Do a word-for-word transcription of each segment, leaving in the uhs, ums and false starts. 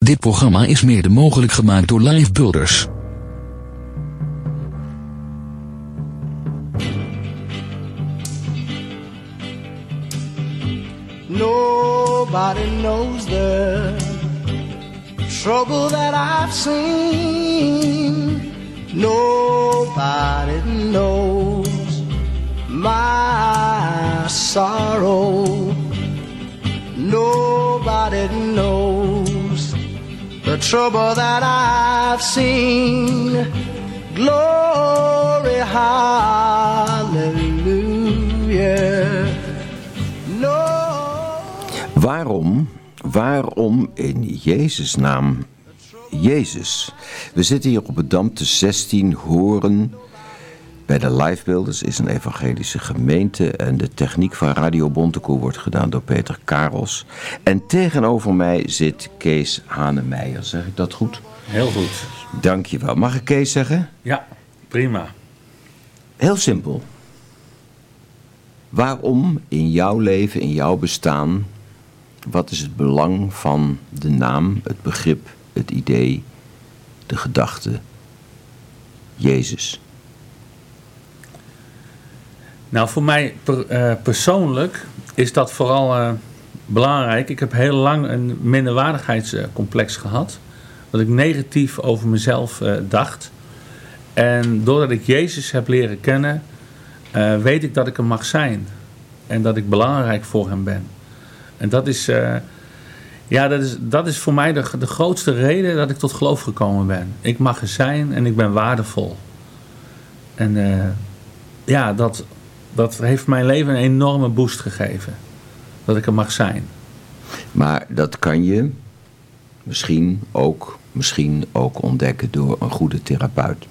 Dit programma is mede mogelijk gemaakt door Live Builders. Nobody knows the trouble that I've seen. Nobody knows my sorrow. Nobody knows the trouble that I've seen. Glory, hallelujah. No. Waarom, waarom in Jezus' naam Jezus? We zitten hier op het Dam te zestien Horen. Bij de Live Builders is een evangelische gemeente. En de techniek van Radio Bontekoe wordt gedaan door Peter Karels. En tegenover mij zit Kees Hanemeijer. Zeg ik dat goed? Heel goed. Dankjewel. Mag ik Kees zeggen? Ja, prima. Heel simpel. Waarom in jouw leven, in jouw bestaan, wat is het belang van de naam, het begrip, het idee, de gedachte, Jezus? Nou, voor mij per, uh, persoonlijk is dat vooral uh, belangrijk. Ik heb heel lang een minderwaardigheidscomplex gehad. Dat ik negatief over mezelf uh, dacht. En doordat ik Jezus heb leren kennen, uh, weet ik dat ik er mag zijn. En dat ik belangrijk voor hem ben. En dat is, uh, ja, dat is, dat is voor mij de, de grootste reden dat ik tot geloof gekomen ben. Ik mag er zijn en ik ben waardevol. En uh, ja, dat, dat heeft mijn leven een enorme boost gegeven. Dat ik er mag zijn. Maar dat kan je misschien ook, misschien ook ontdekken door een goede therapeut.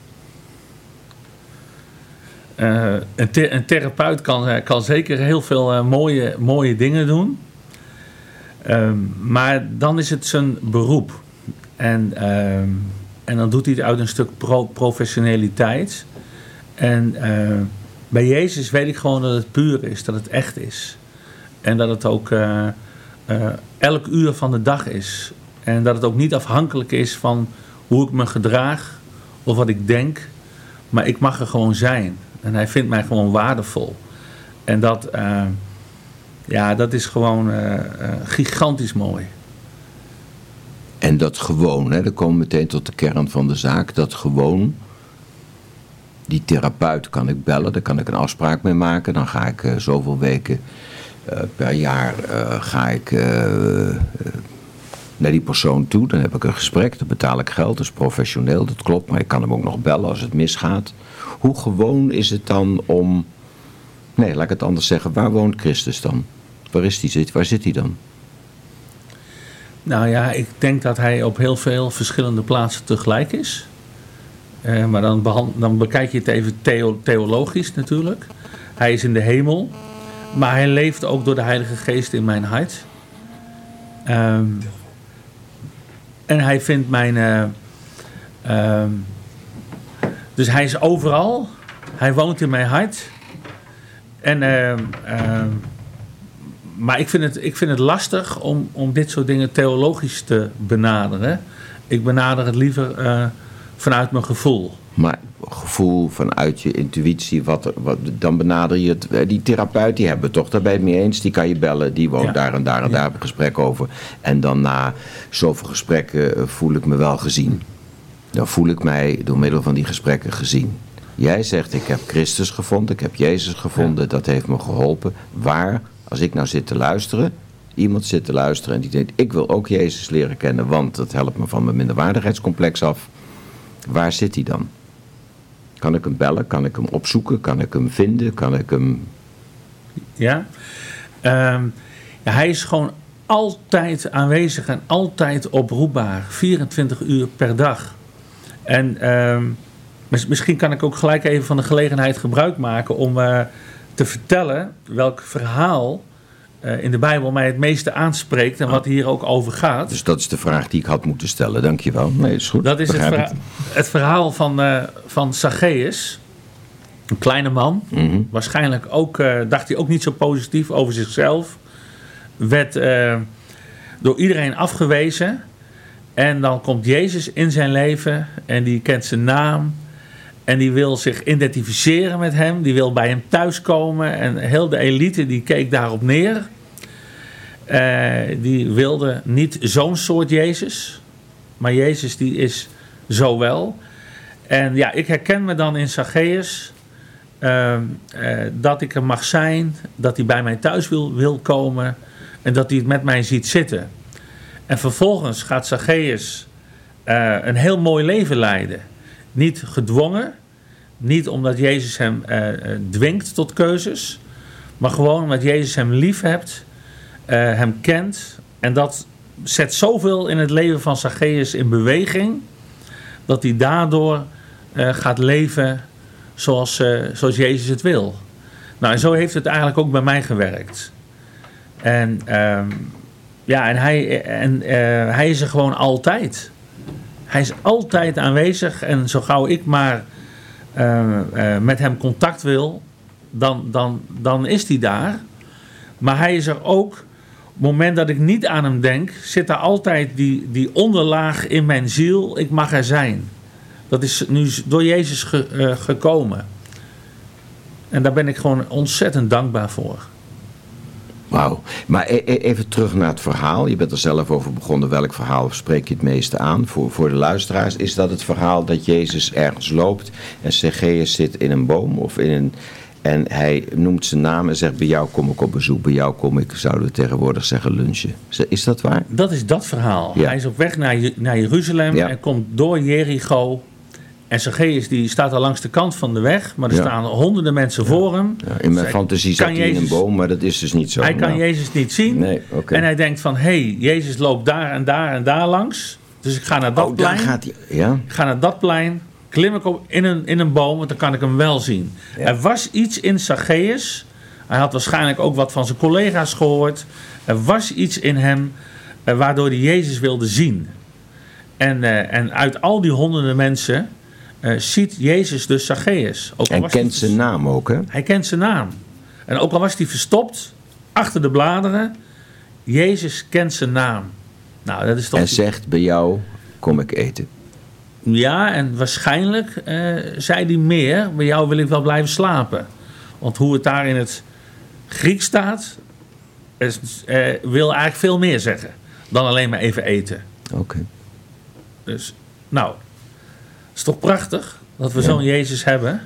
Uh, een, th- een therapeut kan, kan zeker heel veel uh, mooie, mooie dingen doen. Um, maar dan is het zijn beroep. En, um, en dan doet hij het uit een stuk pro- professionaliteit. En uh, bij Jezus weet ik gewoon dat het puur is, dat het echt is. En dat het ook uh, uh, elk uur van de dag is. En dat het ook niet afhankelijk is van hoe ik me gedraag of wat ik denk. Maar ik mag er gewoon zijn. En hij vindt mij gewoon waardevol. En dat, uh, ja, dat is gewoon uh, uh, gigantisch mooi. En dat gewoon, hè, dan komen we meteen tot de kern van de zaak. Dat gewoon, die therapeut kan ik bellen, daar kan ik een afspraak mee maken. Dan ga ik uh, zoveel weken uh, per jaar uh, ga ik uh, uh, naar die persoon toe. Dan heb ik een gesprek, dan betaal ik geld, dat is professioneel, dat klopt. Maar ik kan hem ook nog bellen als het misgaat. Hoe gewoon is het dan om... Nee, laat ik het anders zeggen. Waar woont Christus dan? Waar, is die zit, waar zit hij dan? Nou ja, ik denk dat hij op heel veel verschillende plaatsen tegelijk is. Uh, maar dan, behand, dan bekijk je het even theo, theologisch natuurlijk. Hij is in de hemel. Maar hij leeft ook door de Heilige Geest in mijn hart. Um, en hij vindt mijn... Uh, um, dus hij is overal. Hij woont in mijn hart. En, uh, uh, maar ik vind het, ik vind het lastig om, om dit soort dingen theologisch te benaderen. Ik benader het liever uh, vanuit mijn gevoel. Maar gevoel, vanuit je intuïtie, wat, wat, dan benader je het. Die therapeut, die hebben toch, daar ben je het mee eens. Die kan je bellen, die woont ja. daar en daar en ja. daar een gesprek over. En dan na zoveel gesprekken voel ik me wel gezien. Dan voel ik mij door middel van die gesprekken gezien. Jij zegt, ik heb Christus gevonden, ik heb Jezus gevonden, ja. dat heeft me geholpen. Waar, als ik nou zit te luisteren, iemand zit te luisteren en die denkt, ik wil ook Jezus leren kennen, want dat helpt me van mijn minderwaardigheidscomplex af. Waar zit hij dan? Kan ik hem bellen? Kan ik hem opzoeken? Kan ik hem vinden? Kan ik hem... Ja, um, ja hij is gewoon altijd aanwezig en altijd oproepbaar. vierentwintig uur per dag. En um, misschien kan ik ook gelijk even van de gelegenheid gebruik maken om uh, te vertellen welk verhaal uh, in de Bijbel mij het meeste aanspreekt en wat hier ook over gaat. Dus dat is de vraag die ik had moeten stellen, dankjewel. Nee, is goed. Dat is het, verha- het verhaal van, uh, van Zacchaeus. Een kleine man. Mm-hmm. Waarschijnlijk ook, uh, dacht hij ook niet zo positief over zichzelf. Werd uh, door iedereen afgewezen. En dan komt Jezus in zijn leven en die kent zijn naam. En die wil zich identificeren met hem. Die wil bij hem thuiskomen. En heel de elite die keek daarop neer. Uh, die wilde niet zo'n soort Jezus. Maar Jezus die is zo wel. En ja, ik herken me dan in Zacchaeus. Uh, uh, dat ik er mag zijn. Dat hij bij mij thuis wil, wil komen. En dat hij het met mij ziet zitten. En vervolgens gaat Zacchaeus uh, een heel mooi leven leiden. Niet gedwongen. Niet omdat Jezus hem uh, dwingt tot keuzes. Maar gewoon omdat Jezus hem lief hebt. Uh, hem kent. En dat zet zoveel in het leven van Zacchaeus in beweging. Dat hij daardoor uh, gaat leven zoals, uh, zoals Jezus het wil. Nou, en zo heeft het eigenlijk ook bij mij gewerkt. En, uh, ja, en, hij, en uh, hij is er gewoon altijd. Hij is altijd aanwezig. En zo gauw ik maar uh, uh, met hem contact wil, dan, dan, dan is hij daar. Maar hij is er ook, op het moment dat ik niet aan hem denk, zit er altijd die, die onderlaag in mijn ziel. Ik mag er zijn. Dat is nu door Jezus ge, uh, gekomen. En daar ben ik gewoon ontzettend dankbaar voor. Wauw. Maar e- e- even terug naar het verhaal. Je bent er zelf over begonnen. Welk verhaal spreek je het meeste aan? Voor, voor de luisteraars, is dat het verhaal dat Jezus ergens loopt en Zacchaeus zit in een boom of in een... En hij noemt zijn naam en zegt, bij jou kom ik op bezoek, bij jou kom ik, zouden we tegenwoordig zeggen, lunchen. Is dat waar? Dat is dat verhaal. Ja. Hij is op weg naar, naar Jeruzalem Ja. en komt door Jericho. En Zacchaeus die staat al langs de kant van de weg, maar er Ja. staan honderden mensen ja. voor hem. Ja, in mijn Dus fantasie zat hij Jezus, in een boom, maar dat is dus niet zo. Hij kan nou. Jezus niet zien. Nee, okay. En hij denkt van, hé, hey, Jezus loopt daar en daar en daar langs. Dus ik ga naar dat oh, plein. daar gaat hij. Ja. Ik ga naar dat plein. Klim ik op in een, in een boom, want dan kan ik hem wel zien. Ja. Er was iets in Zacchaeus. Hij had waarschijnlijk ook wat van zijn collega's gehoord. Er was iets in hem uh, waardoor hij Jezus wilde zien. En, uh, en uit al die honderden mensen uh, ziet Jezus dus Zacchaeus. Ook en kent zijn vers... naam ook, hè? Hij kent zijn naam. En ook al was hij verstopt achter de bladeren, Jezus kent zijn naam. Nou, dat is toch... En zegt, bij jou kom ik eten. Ja, en waarschijnlijk uh, zei hij meer, bij jou wil ik wel blijven slapen. Want hoe het daar in het Grieks staat, is, uh, wil eigenlijk veel meer zeggen dan alleen maar even eten. Oké. Okay. Dus, nou, het is toch prachtig dat we ja. zo'n Jezus hebben.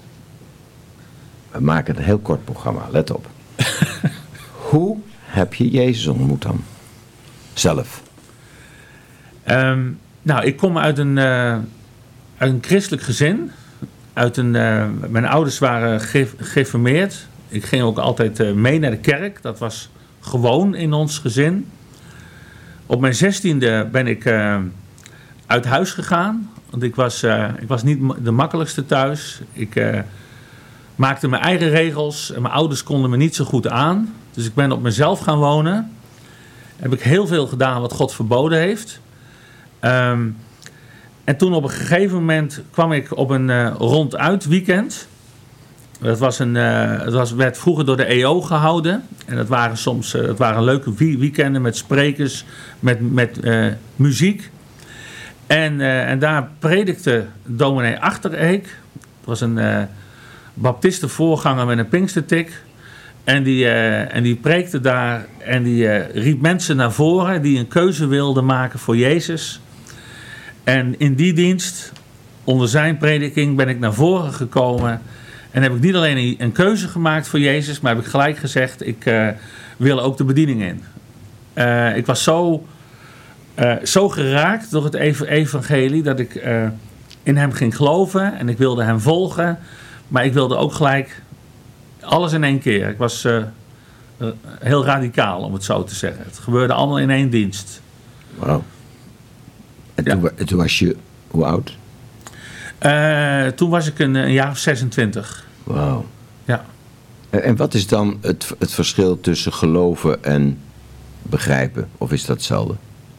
We maken een heel kort programma, let op. Hoe heb je Jezus ontmoet dan? Zelf? Um, Nou, ik kom uit een, uh, uit een christelijk gezin. Uit een, uh, mijn ouders waren ge- gereformeerd. Ik ging ook altijd uh, mee naar de kerk. Dat was gewoon in ons gezin. Op mijn zestiende ben ik uh, uit huis gegaan. Want ik was, uh, ik was niet de makkelijkste thuis. Ik uh, maakte mijn eigen regels. En mijn ouders konden me niet zo goed aan. Dus ik ben op mezelf gaan wonen. Heb ik heel veel gedaan wat God verboden heeft. Um, en toen op een gegeven moment kwam ik op een uh, ronduit weekend. Dat was een, uh, het was, werd vroeger door de E O gehouden. En dat waren soms uh, dat waren leuke weekenden met sprekers, met, met uh, muziek. En, uh, en daar predikte dominee Achterek. Het was een uh, baptistenvoorganger met een pinkstertik. En die, uh, en die preekte daar en die uh, riep mensen naar voren die een keuze wilden maken voor Jezus. En in die dienst, onder zijn prediking, ben ik naar voren gekomen. En heb ik niet alleen een keuze gemaakt voor Jezus, maar heb ik gelijk gezegd, ik uh, wil ook de bediening in. Uh, ik was zo, uh, zo geraakt door het evangelie dat ik uh, in hem ging geloven. En ik wilde hem volgen, maar ik wilde ook gelijk alles in één keer. Ik was uh, uh, heel radicaal, om het zo te zeggen. Het gebeurde allemaal in één dienst. Wauw. En ja. toen, toen was je, hoe oud? Uh, toen was ik een, een jaar of zesentwintig. Wauw. Ja. En, en wat is dan het, het verschil tussen geloven en begrijpen? Of is dat hetzelfde?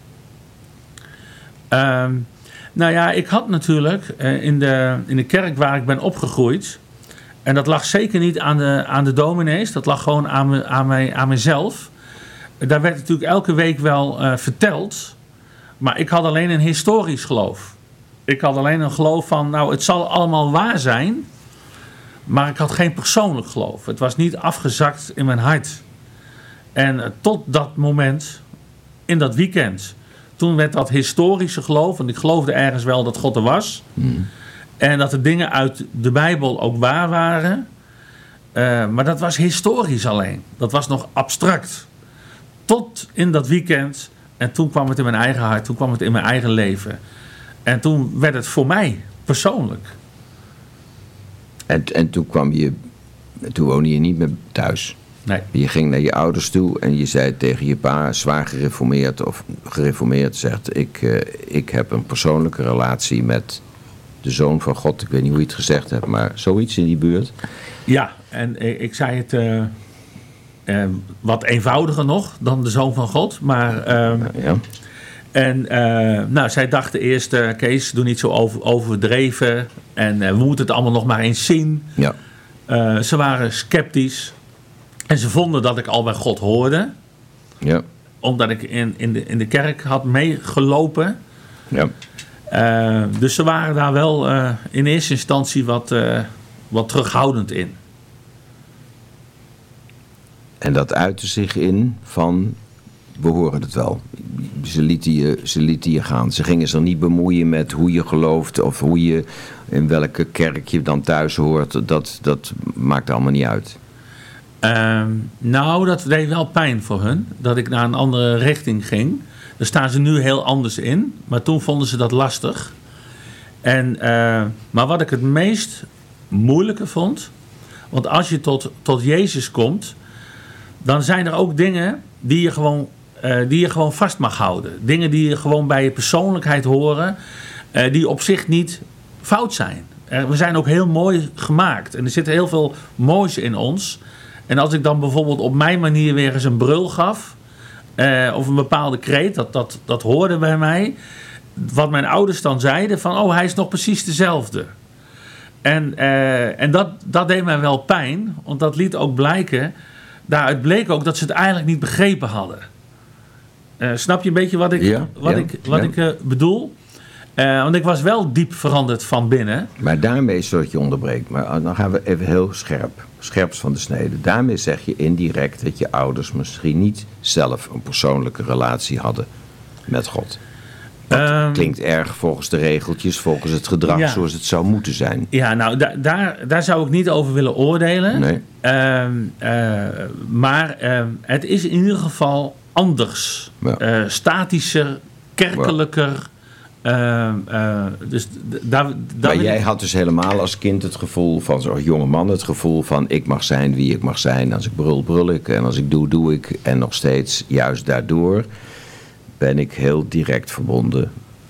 Uh, nou ja, ik had natuurlijk uh, in, de, in de kerk waar ik ben opgegroeid. En dat lag zeker niet aan de, aan de dominees. Dat lag gewoon aan, me, aan, mij, aan mezelf. Daar werd natuurlijk elke week wel uh, verteld Maar ik had alleen een historisch geloof. Ik had alleen een geloof van, nou, het zal allemaal waar zijn. Maar ik had geen persoonlijk geloof. Het was niet afgezakt in mijn hart. En uh, tot dat moment, in dat weekend, toen werd dat historische geloof, want ik geloofde ergens wel dat God er was. Mm. En dat de dingen uit de Bijbel ook waar waren. Uh, maar dat was historisch alleen. Dat was nog abstract. Tot in dat weekend. En toen kwam het in mijn eigen hart. Toen kwam het in mijn eigen leven. En toen werd het voor mij persoonlijk. En, en toen kwam je... Toen woonde je niet meer thuis. Nee. Je ging naar je ouders toe en je zei tegen je pa, zwaar gereformeerd of gereformeerd, zegt, ik, uh, ik heb een persoonlijke relatie met de Zoon van God. Ik weet niet hoe je het gezegd hebt, maar zoiets in die buurt. Ja, en ik zei het uh, uh, wat eenvoudiger nog dan de Zoon van God. Maar, uh, ja. En uh, nou, zij dachten eerst, uh, Kees, doe niet zo over, overdreven. En uh, we moeten het allemaal nog maar eens zien. Ja. Uh, ze waren sceptisch. En ze vonden dat ik al bij God hoorde. Ja. Omdat ik in, in, de, in de kerk had meegelopen. Ja. Uh, dus ze waren daar wel uh, in eerste instantie wat, uh, wat terughoudend in. En dat uitte zich in van, we horen het wel. Ze lieten je, ze lieten je gaan. Ze gingen zich niet bemoeien met hoe je gelooft of hoe je, in welke kerk je dan thuis hoort. Dat, dat maakt allemaal niet uit. Uh, nou, dat deed wel pijn voor hun. Dat ik naar een andere richting ging. Daar staan ze nu heel anders in. Maar toen vonden ze dat lastig. En, uh, maar wat ik het meest moeilijke vond. Want als je tot, tot Jezus komt. Dan zijn er ook dingen die je gewoon, uh, die je gewoon vast mag houden. Dingen die gewoon bij je persoonlijkheid horen. Uh, die op zich niet fout zijn. Uh, we zijn ook heel mooi gemaakt. En er zit heel veel moois in ons. En als ik dan bijvoorbeeld op mijn manier weer eens een brul gaf. Uh, of een bepaalde kreet. Dat, dat, dat hoorde bij mij. Wat mijn ouders dan zeiden. Van oh, hij is nog precies dezelfde. En, uh, en dat, dat deed mij wel pijn. Want dat liet ook blijken. Daaruit bleek ook dat ze het eigenlijk niet begrepen hadden. Uh, snap je een beetje wat ik, ja, wat ja, ik, wat ja. ik uh, bedoel? Uh, want ik was wel diep veranderd van binnen. Maar daarmee, zodat je onderbreekt, maar dan gaan we even heel scherp, scherps van de snede. Daarmee zeg je indirect dat je ouders misschien niet zelf een persoonlijke relatie hadden met God. Dat um, klinkt erg volgens de regeltjes, volgens het gedrag ja. zoals het zou moeten zijn. Ja, nou, da- daar, daar zou ik niet over willen oordelen. Nee. Um, uh, maar um, het is in ieder geval anders. Ja. Uh, statischer, kerkelijker. Ja. Uh, uh, dus d- daar, daar maar jij ik... had dus helemaal als kind het gevoel van, zo'n jonge man, het gevoel van ik mag zijn wie ik mag zijn. Als ik brul, brul ik. En als ik doe, doe ik. En nog steeds, juist daardoor, ben ik heel direct verbonden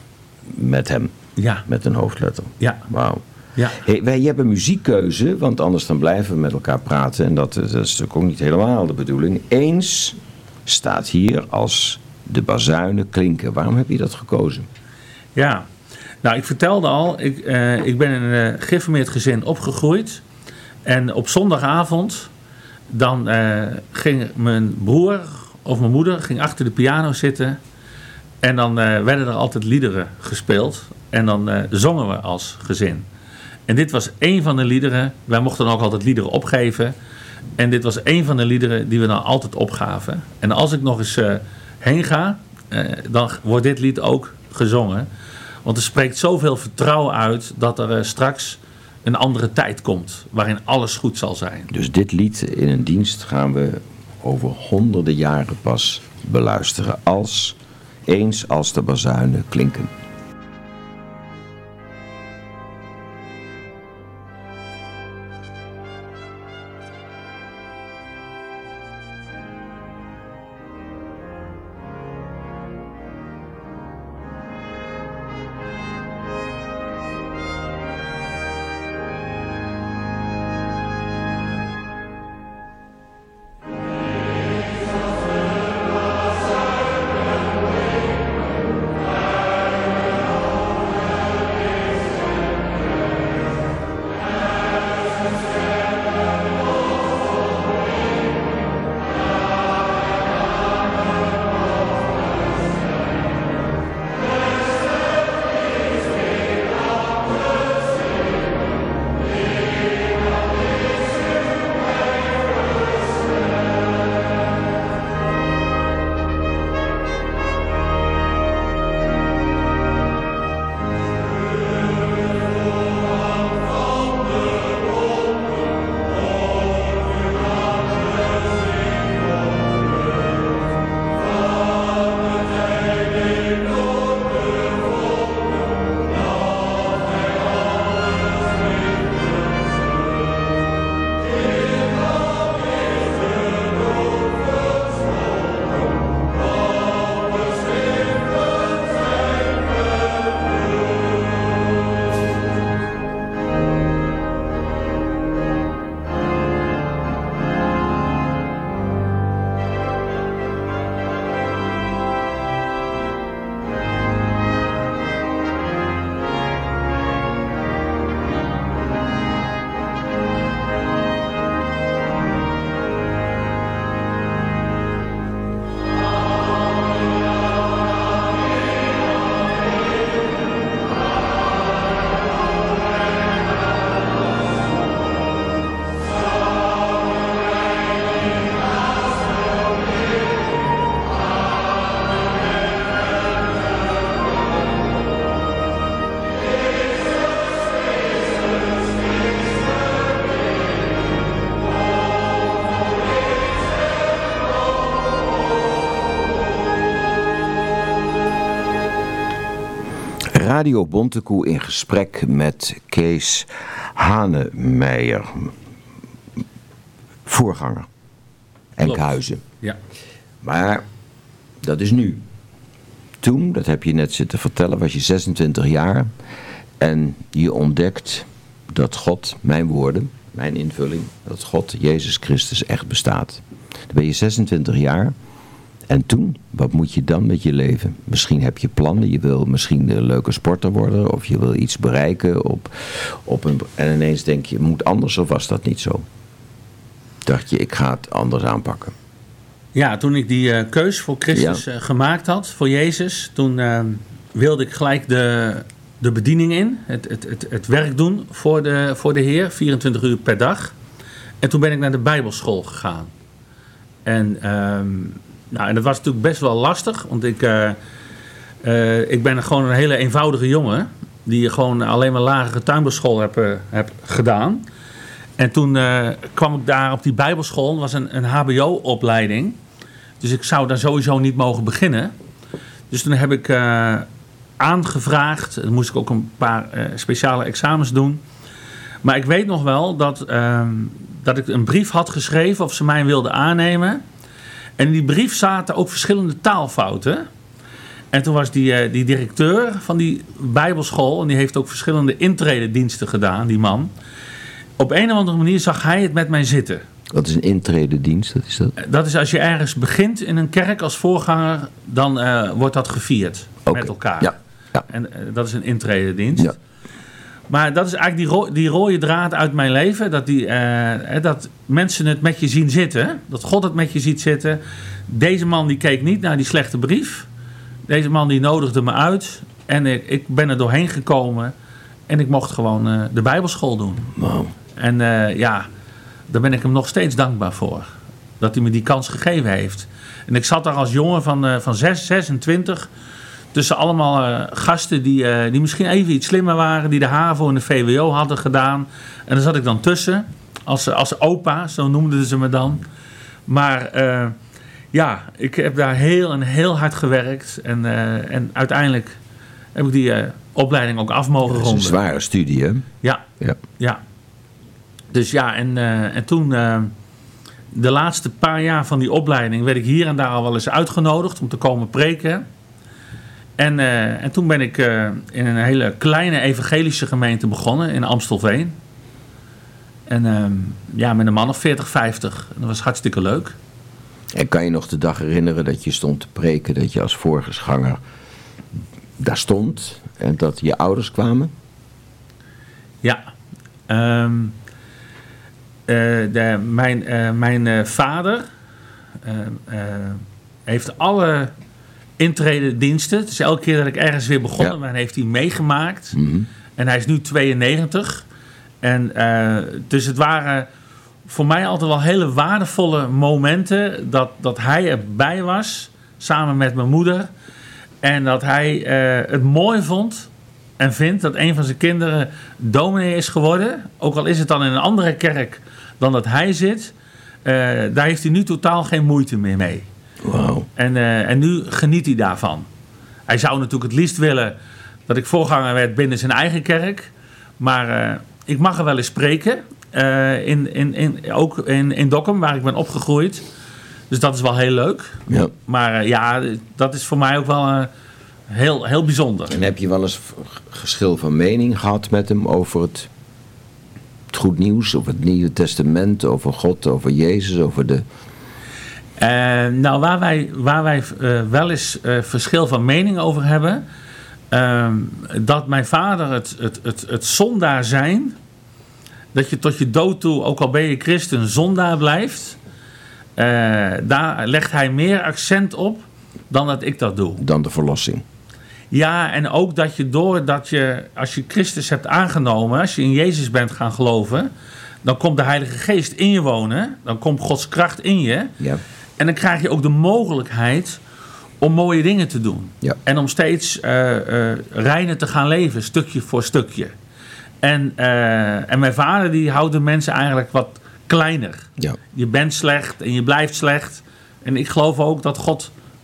met hem. Ja. Met een hoofdletter. Ja. Wauw. Ja. Hey, wij hebben muziekkeuze, want anders dan blijven we met elkaar praten. En dat, dat is natuurlijk ook niet helemaal de bedoeling. Eens staat hier als de bazuinen klinken. Waarom heb je dat gekozen? Ja, nou ik vertelde al, ik, uh, ik ben in een uh, gereformeerd gezin opgegroeid. En op zondagavond, dan uh, ging mijn broer of mijn moeder ging achter de piano zitten. En dan uh, werden er altijd liederen gespeeld. En dan uh, zongen we als gezin. En dit was één van de liederen. Wij mochten ook altijd liederen opgeven. En dit was één van de liederen die we dan altijd opgaven. En als ik nog eens uh, heen ga, uh, dan wordt dit lied ook gezongen. Want er spreekt zoveel vertrouwen uit dat er uh, straks een andere tijd komt. Waarin alles goed zal zijn. Dus dit lied in een dienst gaan we over honderden jaren pas beluisteren. Als, eens als de bazuinen klinken. Radio Bontekoe in gesprek met Kees Hanemeijer, voorganger Enkhuizen. Ja. Maar dat is nu. Toen, dat heb je net zitten vertellen, was je zesentwintig jaar en je ontdekt dat God, mijn woorden, mijn invulling, dat God, Jezus Christus, echt bestaat. Dan ben je zesentwintig jaar. En toen, wat moet je dan met je leven? Misschien heb je plannen, je wil misschien een leuke sporter worden, of je wil iets bereiken. Op, op een, en ineens denk je, moet anders, of was dat niet zo? Dacht je, ik ga het anders aanpakken. Ja, toen ik die uh, keus voor Christus Ja. uh, gemaakt had, voor Jezus, toen uh, wilde ik gelijk de, de bediening in, het, het, het, het werk doen voor de, voor de Heer, vierentwintig uur per dag. En toen ben ik naar de Bijbelschool gegaan. En, um, nou, en dat was natuurlijk best wel lastig, want ik, uh, uh, ik ben gewoon een hele eenvoudige jongen, die gewoon alleen maar lagere tuinbouwschool heb, uh, heb gedaan. En toen uh, kwam ik daar op die Bijbelschool, dat was een, een H B O-opleiding. Dus ik zou daar sowieso niet mogen beginnen. Dus toen heb ik uh, aangevraagd, dan moest ik ook een paar uh, speciale examens doen. Maar ik weet nog wel dat, uh, dat ik een brief had geschreven of ze mij wilden aannemen. En in die brief zaten ook verschillende taalfouten. En toen was die, uh, die directeur van die Bijbelschool, en die heeft ook verschillende intredediensten gedaan, die man. Op een of andere manier zag hij het met mij zitten. Wat is een intrededienst? Dat is dat? Dat is als je ergens begint in een kerk als voorganger, dan uh, wordt dat gevierd Okay. met elkaar. Ja. Ja. En uh, dat is een intrededienst. Ja. Maar dat is eigenlijk die, ro- die rode draad uit mijn leven. Dat, die, uh, dat mensen het met je zien zitten. Dat God het met je ziet zitten. Deze man die keek niet naar die slechte brief. Deze man die nodigde me uit. En ik, ik ben er doorheen gekomen. En ik mocht gewoon uh, de Bijbelschool doen. Wow. En uh, ja, daar ben ik hem nog steeds dankbaar voor. Dat hij me die kans gegeven heeft. En ik zat daar als jongen van, uh, van zes, zesentwintig... tussen allemaal uh, gasten die, uh, die misschien even iets slimmer waren... die de HAVO en de V W O hadden gedaan. En daar zat ik dan tussen. Als, als opa, zo noemden ze me dan. Maar uh, ja, ik heb daar heel en heel hard gewerkt. En, uh, en uiteindelijk heb ik die uh, opleiding ook af mogen ronden. Dat is een zware studie, hè? Ja, Ja. ja. Dus ja, en, uh, en toen, uh, de laatste paar jaar van die opleiding, werd ik hier en daar al wel eens uitgenodigd om te komen preken. En, uh, en toen ben ik uh, in een hele kleine evangelische gemeente begonnen in Amstelveen. En uh, ja, met een man of veertig, vijftig. Dat was hartstikke leuk. En kan je nog de dag herinneren dat je stond te preken, dat je als voorganger daar stond en dat je ouders kwamen? Ja. Um, uh, de, mijn uh, mijn uh, vader uh, uh, heeft alle intredediensten. Dus elke keer dat ik ergens weer begonnen ben, ja. heeft hij meegemaakt. Mm-hmm. En hij is nu tweeënnegentig. En uh, dus het waren voor mij altijd wel hele waardevolle momenten dat, dat hij erbij was, samen met mijn moeder. En dat hij uh, het mooi vond en vindt dat een van zijn kinderen dominee is geworden. Ook al is het dan in een andere kerk dan dat hij zit. Uh, daar heeft hij nu totaal geen moeite meer mee. Wow. En, uh, en nu geniet hij daarvan. Hij zou natuurlijk het liefst willen dat ik voorganger werd binnen zijn eigen kerk. Maar uh, ik mag er wel eens spreken. Uh, in, in, in, ook in, in Dokkum, waar ik ben opgegroeid. Dus dat is wel heel leuk. Ja. Maar uh, ja, dat is voor mij ook wel uh, heel, heel bijzonder. En heb je wel eens geschil van mening gehad met hem over het, het goed nieuws, over het Nieuwe Testament, over God, over Jezus, over de... Uh, nou, waar wij, waar wij uh, wel eens uh, verschil van mening over hebben, uh, dat mijn vader het, het, het, het zondaar zijn, dat je tot je dood toe, ook al ben je christen, zondaar blijft, uh, daar legt hij meer accent op dan dat ik dat doe. Dan de verlossing. Ja, en ook dat je doordat je, als je Christus hebt aangenomen, als je in Jezus bent gaan geloven, dan komt de Heilige Geest in je wonen, dan komt Gods kracht in je. Ja. En dan krijg je ook de mogelijkheid om mooie dingen te doen. Ja. En om steeds uh, uh, reiner te gaan leven, stukje voor stukje. En, uh, en mijn vader die houdt de mensen eigenlijk wat kleiner. Ja. Je bent slecht en je blijft slecht. En ik geloof ook dat God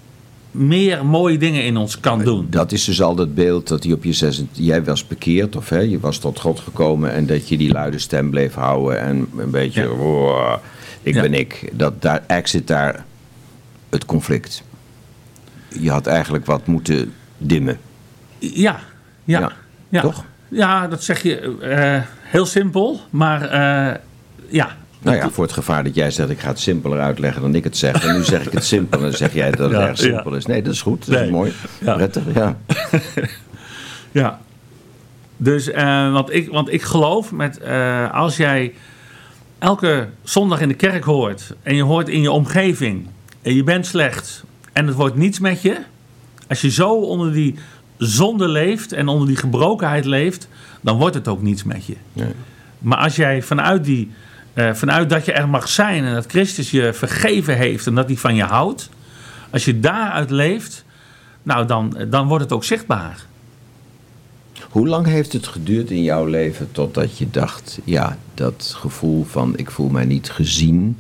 meer mooie dingen in ons kan doen. Dat is dus al dat beeld dat hij op je zes... Jij was bekeerd, of hè, je was tot God gekomen... en dat je die luide stem bleef houden en een beetje... Ja. Oh, ik Ja. ben ik. Dat, daar exit daar het conflict. Je had eigenlijk wat moeten dimmen. Ja, ja, Ja, ja. toch? Ja, dat zeg je eh, heel simpel, maar uh, ja. Nou ja, voor het gevaar dat jij zegt... ik ga het simpeler uitleggen dan ik het zeg... en nu zeg ik het simpel en dan zeg jij dat het Ja, erg simpel ja. is. Nee, dat is goed. Dat Nee. is mooi. Ja. Prettig, ja. Ja. Dus, uh, want, ik, want ik geloof met uh, als jij elke zondag in de kerk hoort en je hoort in je omgeving en je bent slecht en het wordt niets met je, als je zo onder die zonde leeft en onder die gebrokenheid leeft, dan wordt het ook niets met je. Nee. Maar als jij vanuit die, uh, vanuit dat je er mag zijn en dat Christus je vergeven heeft en dat hij van je houdt, als je daaruit leeft, nou dan, dan wordt het ook zichtbaar. Hoe lang heeft het geduurd in jouw leven totdat je dacht... ja, dat gevoel van ik voel mij niet gezien...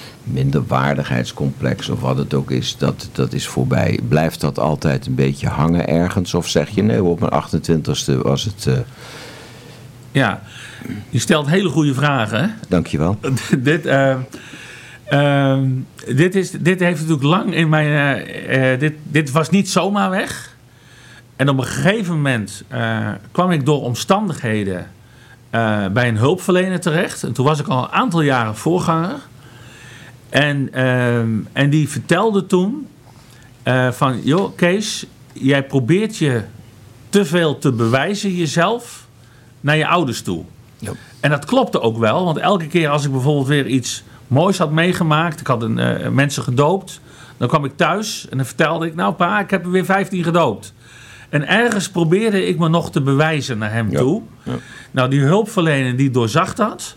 minderwaardigheidscomplex of wat het ook is, dat, dat is voorbij. Blijft dat altijd een beetje hangen ergens? Of zeg je nee, op mijn achtentwintigste was het... Uh... Ja, je stelt hele goede vragen. Hè? Dankjewel. dit, uh, uh, dit, is, dit heeft natuurlijk lang in mijn... Uh, uh, dit, dit was niet zomaar weg... En op een gegeven moment uh, kwam ik door omstandigheden uh, bij een hulpverlener terecht. En toen was ik al een aantal jaren voorganger. En, uh, en die vertelde toen uh, van... joh, Kees, jij probeert je te veel te bewijzen jezelf naar je ouders toe. Ja. En dat klopte ook wel. Want elke keer als ik bijvoorbeeld weer iets moois had meegemaakt... ik had een, uh, mensen gedoopt... dan kwam ik thuis en dan vertelde ik... nou pa, ik heb er weer vijftien gedoopt. En ergens probeerde ik me nog te bewijzen naar hem ja. toe. Ja. Nou, die hulpverlener die doorzag dat.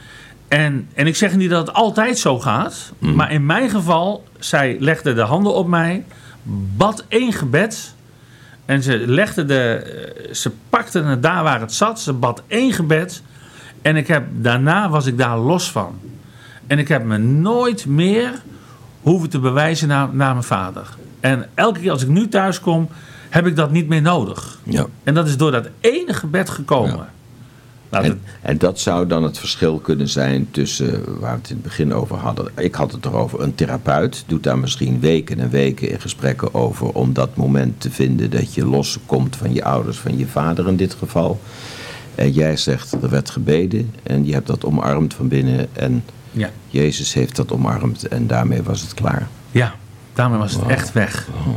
En, en ik zeg niet dat het altijd zo gaat. Mm. Maar in mijn geval, zij legde de handen op mij. Bad één gebed. En ze legde de... Ze pakte het daar waar het zat. Ze bad één gebed. En ik heb, daarna was ik daar los van. En ik heb me nooit meer hoeven te bewijzen naar, naar mijn vader. En elke keer als ik nu thuis kom... heb ik dat niet meer nodig. Ja. En dat is door dat ene gebed gekomen. Ja. Nou, en, dat... en dat zou dan het verschil kunnen zijn tussen... waar we het in het begin over hadden. Ik had het erover, een therapeut doet daar misschien weken en weken in gesprekken over... om dat moment te vinden dat je loskomt van je ouders, van je vader in dit geval. En jij zegt, er werd gebeden en je hebt dat omarmd van binnen... en ja. Jezus heeft dat omarmd en daarmee was het klaar. Ja, daarmee was het wow. echt weg. Wow.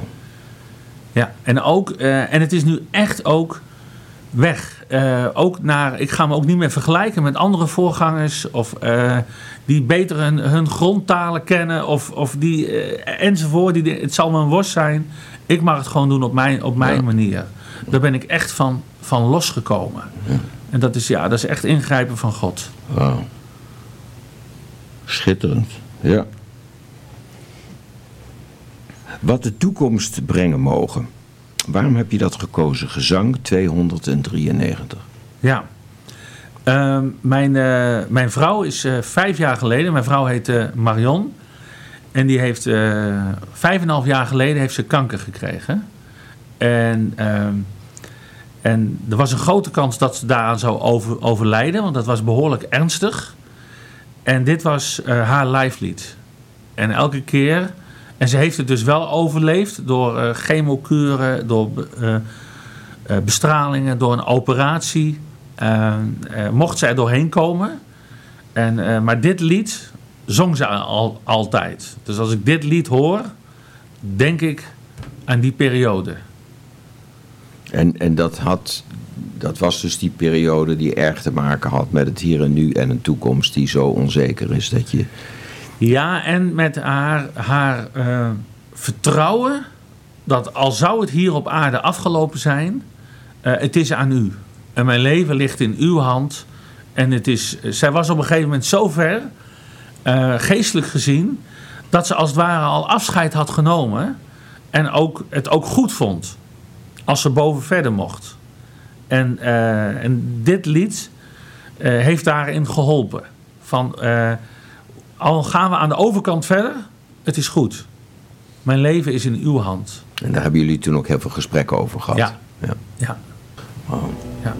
Ja, en, ook, uh, en het is nu echt ook weg. Uh, ook naar, ik ga me ook niet meer vergelijken met andere voorgangers... of uh, die beter hun, hun grondtalen kennen... of, of die uh, enzovoort. Die, het zal me een worst zijn. Ik mag het gewoon doen op mijn, op mijn ja. manier. Daar ben ik echt van, van losgekomen. Ja. En dat is, ja, dat is echt ingrijpen van God. Wauw. Schitterend, ja. Wat de toekomst brengen mogen. Waarom heb je dat gekozen? Gezang tweehonderddrieënnegentig. Ja. Uh, mijn, uh, mijn vrouw is uh, vijf jaar geleden... Mijn vrouw heet uh, Marion. En die heeft uh, vijf en een half jaar geleden heeft ze kanker gekregen. En, uh, en er was een grote kans dat ze daaraan zou over, overlijden. Want dat was behoorlijk ernstig. En dit was uh, haar lijflied. En elke keer... En ze heeft het dus wel overleefd door uh, chemokuren, door uh, uh, bestralingen, door een operatie. Uh, uh, mocht ze er doorheen komen. En, uh, maar dit lied zong ze al, altijd. Dus als ik dit lied hoor, denk ik aan die periode. En, en dat, had, dat was dus die periode die erg te maken had met het hier en nu en een toekomst die zo onzeker is dat je... Ja, en met haar, haar uh, vertrouwen dat al zou het hier op aarde afgelopen zijn, uh, het is aan u. En mijn leven ligt in uw hand. En het is, zij was op een gegeven moment zo ver, uh, geestelijk gezien, dat ze als het ware al afscheid had genomen. En ook, het ook goed vond als ze boven verder mocht. En, uh, en dit lied uh, heeft daarin geholpen. Van... Uh, Al gaan we aan de overkant verder, het is goed. Mijn leven is in uw hand. En daar hebben jullie toen ook heel veel gesprekken over gehad. Ja. Ja. Ja. Wow. Ja.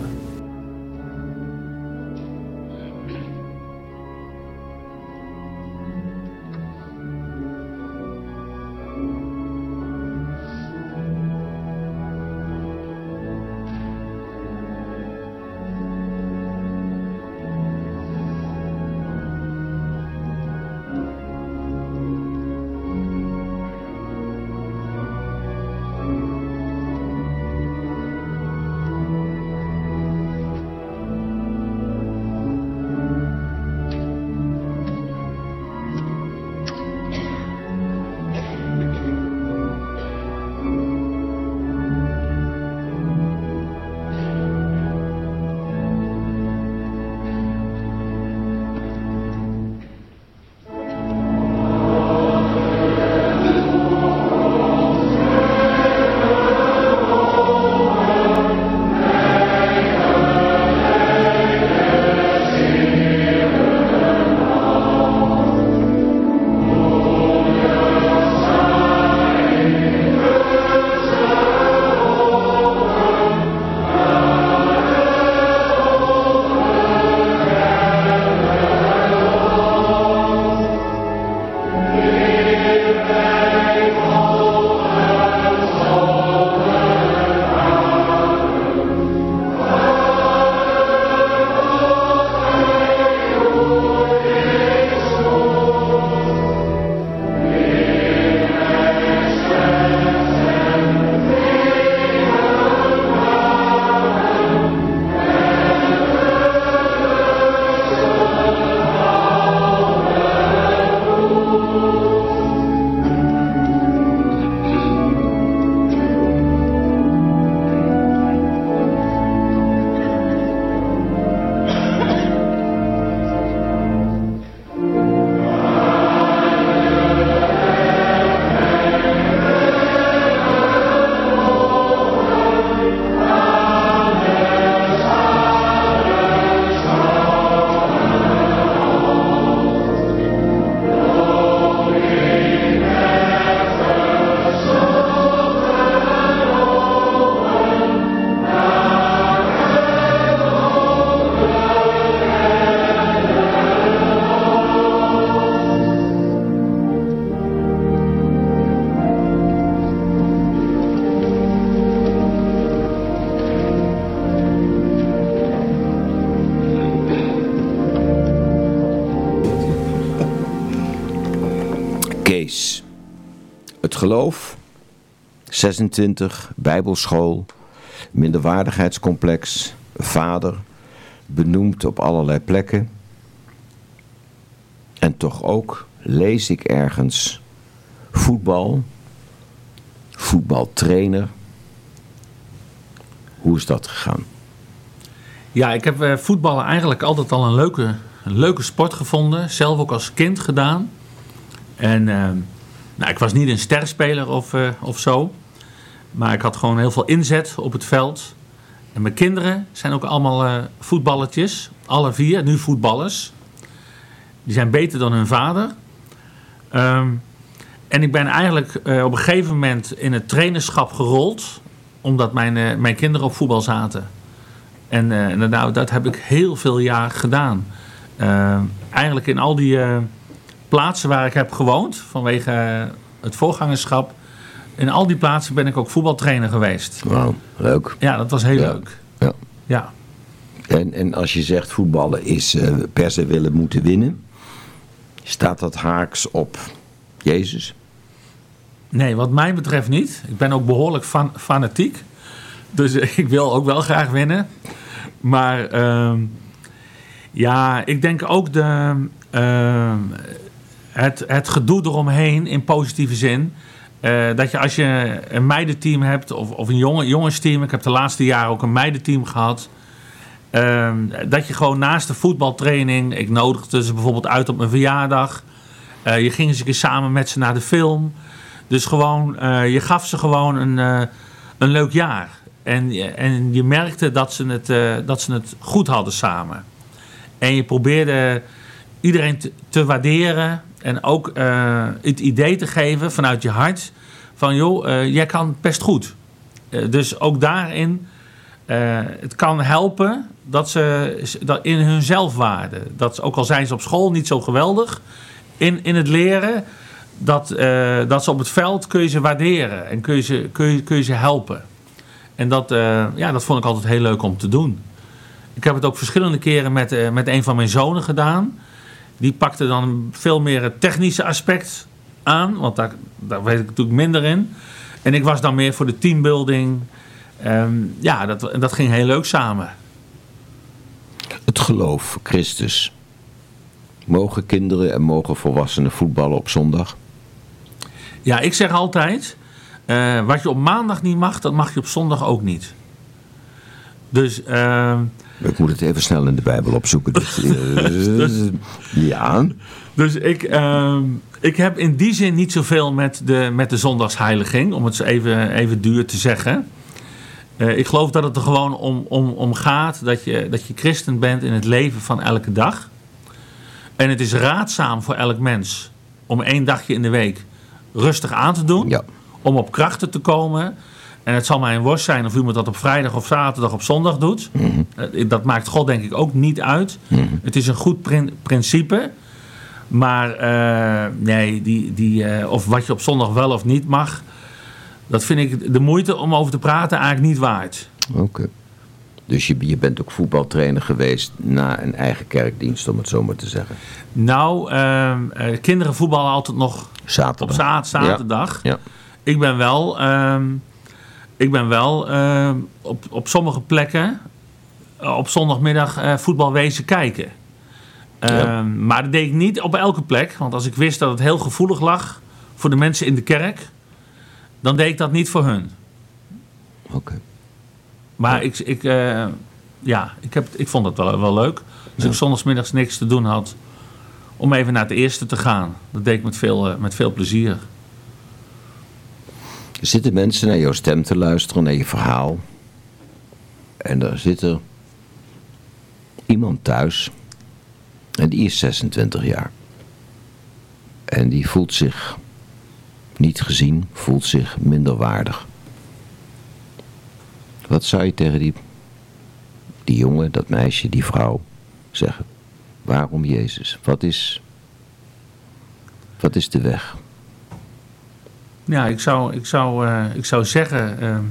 Kees. Het geloof, zesentwintig, bijbelschool, minderwaardigheidscomplex, vader, benoemd op allerlei plekken. En toch ook lees ik ergens voetbal, voetbaltrainer. Hoe is dat gegaan? Ja, ik heb uh, voetballen eigenlijk altijd al een leuke, een leuke sport gevonden. Zelf ook als kind gedaan. En uh, nou, ik was niet een sterspeler of, uh, of zo. Maar ik had gewoon heel veel inzet op het veld. En mijn kinderen zijn ook allemaal uh, voetballetjes. Alle vier, nu voetballers. Die zijn beter dan hun vader. Um, en ik ben eigenlijk uh, op een gegeven moment in het trainerschap gerold. Omdat mijn, uh, mijn kinderen op voetbal zaten. En uh, nou, dat heb ik heel veel jaar gedaan. Uh, eigenlijk in al die uh, plaatsen waar ik heb gewoond, vanwege uh, het voorgangerschap. In al die plaatsen ben ik ook voetbaltrainer geweest. Wauw, leuk. Ja, dat was heel ja. leuk. Ja. Ja. En, en als je zegt voetballen is uh, per se willen moeten winnen, staat dat haaks op Jezus? Nee, wat mij betreft niet. Ik ben ook behoorlijk fan, fanatiek. Dus ik wil ook wel graag winnen. Maar uh, ja, ik denk ook de, uh, het, het gedoe eromheen in positieve zin. Uh, dat je als je een meidenteam hebt of, of een jongen, jongensteam. Ik heb de laatste jaren ook een meidenteam gehad. Uh, dat je gewoon naast de voetbaltraining. Ik nodigde ze bijvoorbeeld uit op mijn verjaardag. Uh, je ging eens een keer samen met ze naar de film. Dus gewoon, uh, je gaf ze gewoon een, uh, een leuk jaar. En, en je merkte dat ze, het, uh, dat ze het goed hadden samen. En je probeerde iedereen te, te waarderen En ook uh, het idee te geven vanuit je hart van joh, uh, jij kan best goed. Uh, dus ook daarin, uh, het kan helpen dat ze dat in hun zelfwaarde, dat ook al zijn ze op school niet zo geweldig, in, in het leren, dat, uh, dat ze op het veld kun je ze waarderen en kun je ze, kun je, kun je ze helpen. En dat, uh, ja, dat vond ik altijd heel leuk om te doen. Ik heb het ook verschillende keren met, uh, met een van mijn zonen gedaan. Die pakte dan veel meer het technische aspect aan, want daar, daar weet ik natuurlijk minder in. En ik was dan meer voor de teambuilding. Um, ja, dat, dat ging heel leuk samen. Het geloof, Christus. Mogen kinderen en mogen volwassenen voetballen op zondag? Ja, ik zeg altijd, uh, wat je op maandag niet mag, dat mag je op zondag ook niet. Dus... Uh, ik moet het even snel in de Bijbel opzoeken. dus, ja. Dus ik, uh, ik heb in die zin niet zoveel met de, met de zondagsheiliging, om het zo even, even duur te zeggen. Uh, ik geloof dat het er gewoon om, om, om gaat dat je, dat je christen bent in het leven van elke dag. En het is raadzaam voor elk mens om één dagje in de week rustig aan te doen. Ja. Om op krachten te komen. En het zal mij een worst zijn of iemand dat op vrijdag of zaterdag of zondag doet. Mm-hmm. Dat maakt God denk ik ook niet uit. Mm-hmm. Het is een goed prin- principe. Maar uh, nee, die, die, uh, of wat je op zondag wel of niet mag, dat vind ik de moeite om over te praten eigenlijk niet waard. Oké. Okay. Dus je, je bent ook voetbaltrainer geweest na een eigen kerkdienst, om het zo maar te zeggen. Nou, uh, uh, kinderen voetballen altijd nog zaterdag. op zaad, zaterdag. Ja. Ja. Ik ben wel, uh, ik ben wel uh, op, op sommige plekken uh, op zondagmiddag uh, voetbal wezen kijken. Uh, ja. Maar dat deed ik niet op elke plek. Want als ik wist dat het heel gevoelig lag voor de mensen in de kerk, dan deed ik dat niet voor hun. Oké. Okay. Maar ja. ik, ik, uh, ja, ik, heb, ik vond het wel, wel leuk. Als ja. ik zondagsmiddags niks te doen had, om even naar het eerste te gaan. Dat deed ik met veel, uh, met veel plezier. Er zitten mensen naar jouw stem te luisteren, naar je verhaal. En er zit er iemand thuis. En die is zesentwintig jaar. En die voelt zich niet gezien, voelt zich minderwaardig. Wat zou je tegen die, die jongen, dat meisje, die vrouw zeggen? Waarom Jezus? Wat is, wat is de weg? Ja, ik zou, ik zou, uh, ik zou zeggen, uh,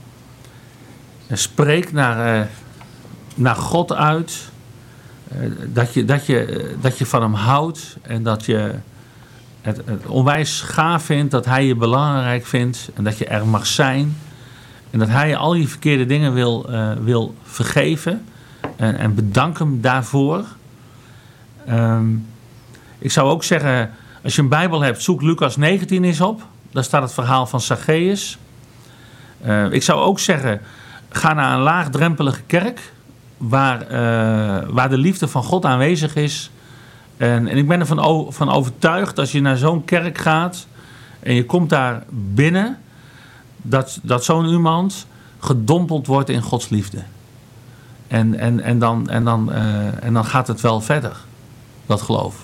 spreek naar, uh, naar God uit. Uh, dat, je, dat, je, uh, dat je van hem houdt en dat je het, het onwijs gaaf vindt, dat hij je belangrijk vindt en dat je er mag zijn. En dat hij al je verkeerde dingen wil, uh, wil vergeven en, en bedank hem daarvoor. Um, ik zou ook zeggen, als je een Bijbel hebt, zoek Lucas negentien eens op. Daar staat het verhaal van Zacchaeus. Uh, ik zou ook zeggen, ga naar een laagdrempelige kerk waar, uh, waar de liefde van God aanwezig is. En, en ik ben ervan o- van overtuigd, als je naar zo'n kerk gaat en je komt daar binnen, dat, dat zo'n iemand gedompeld wordt in Gods liefde. En, en, en, dan, en, dan, uh, en dan gaat het wel verder, dat geloof.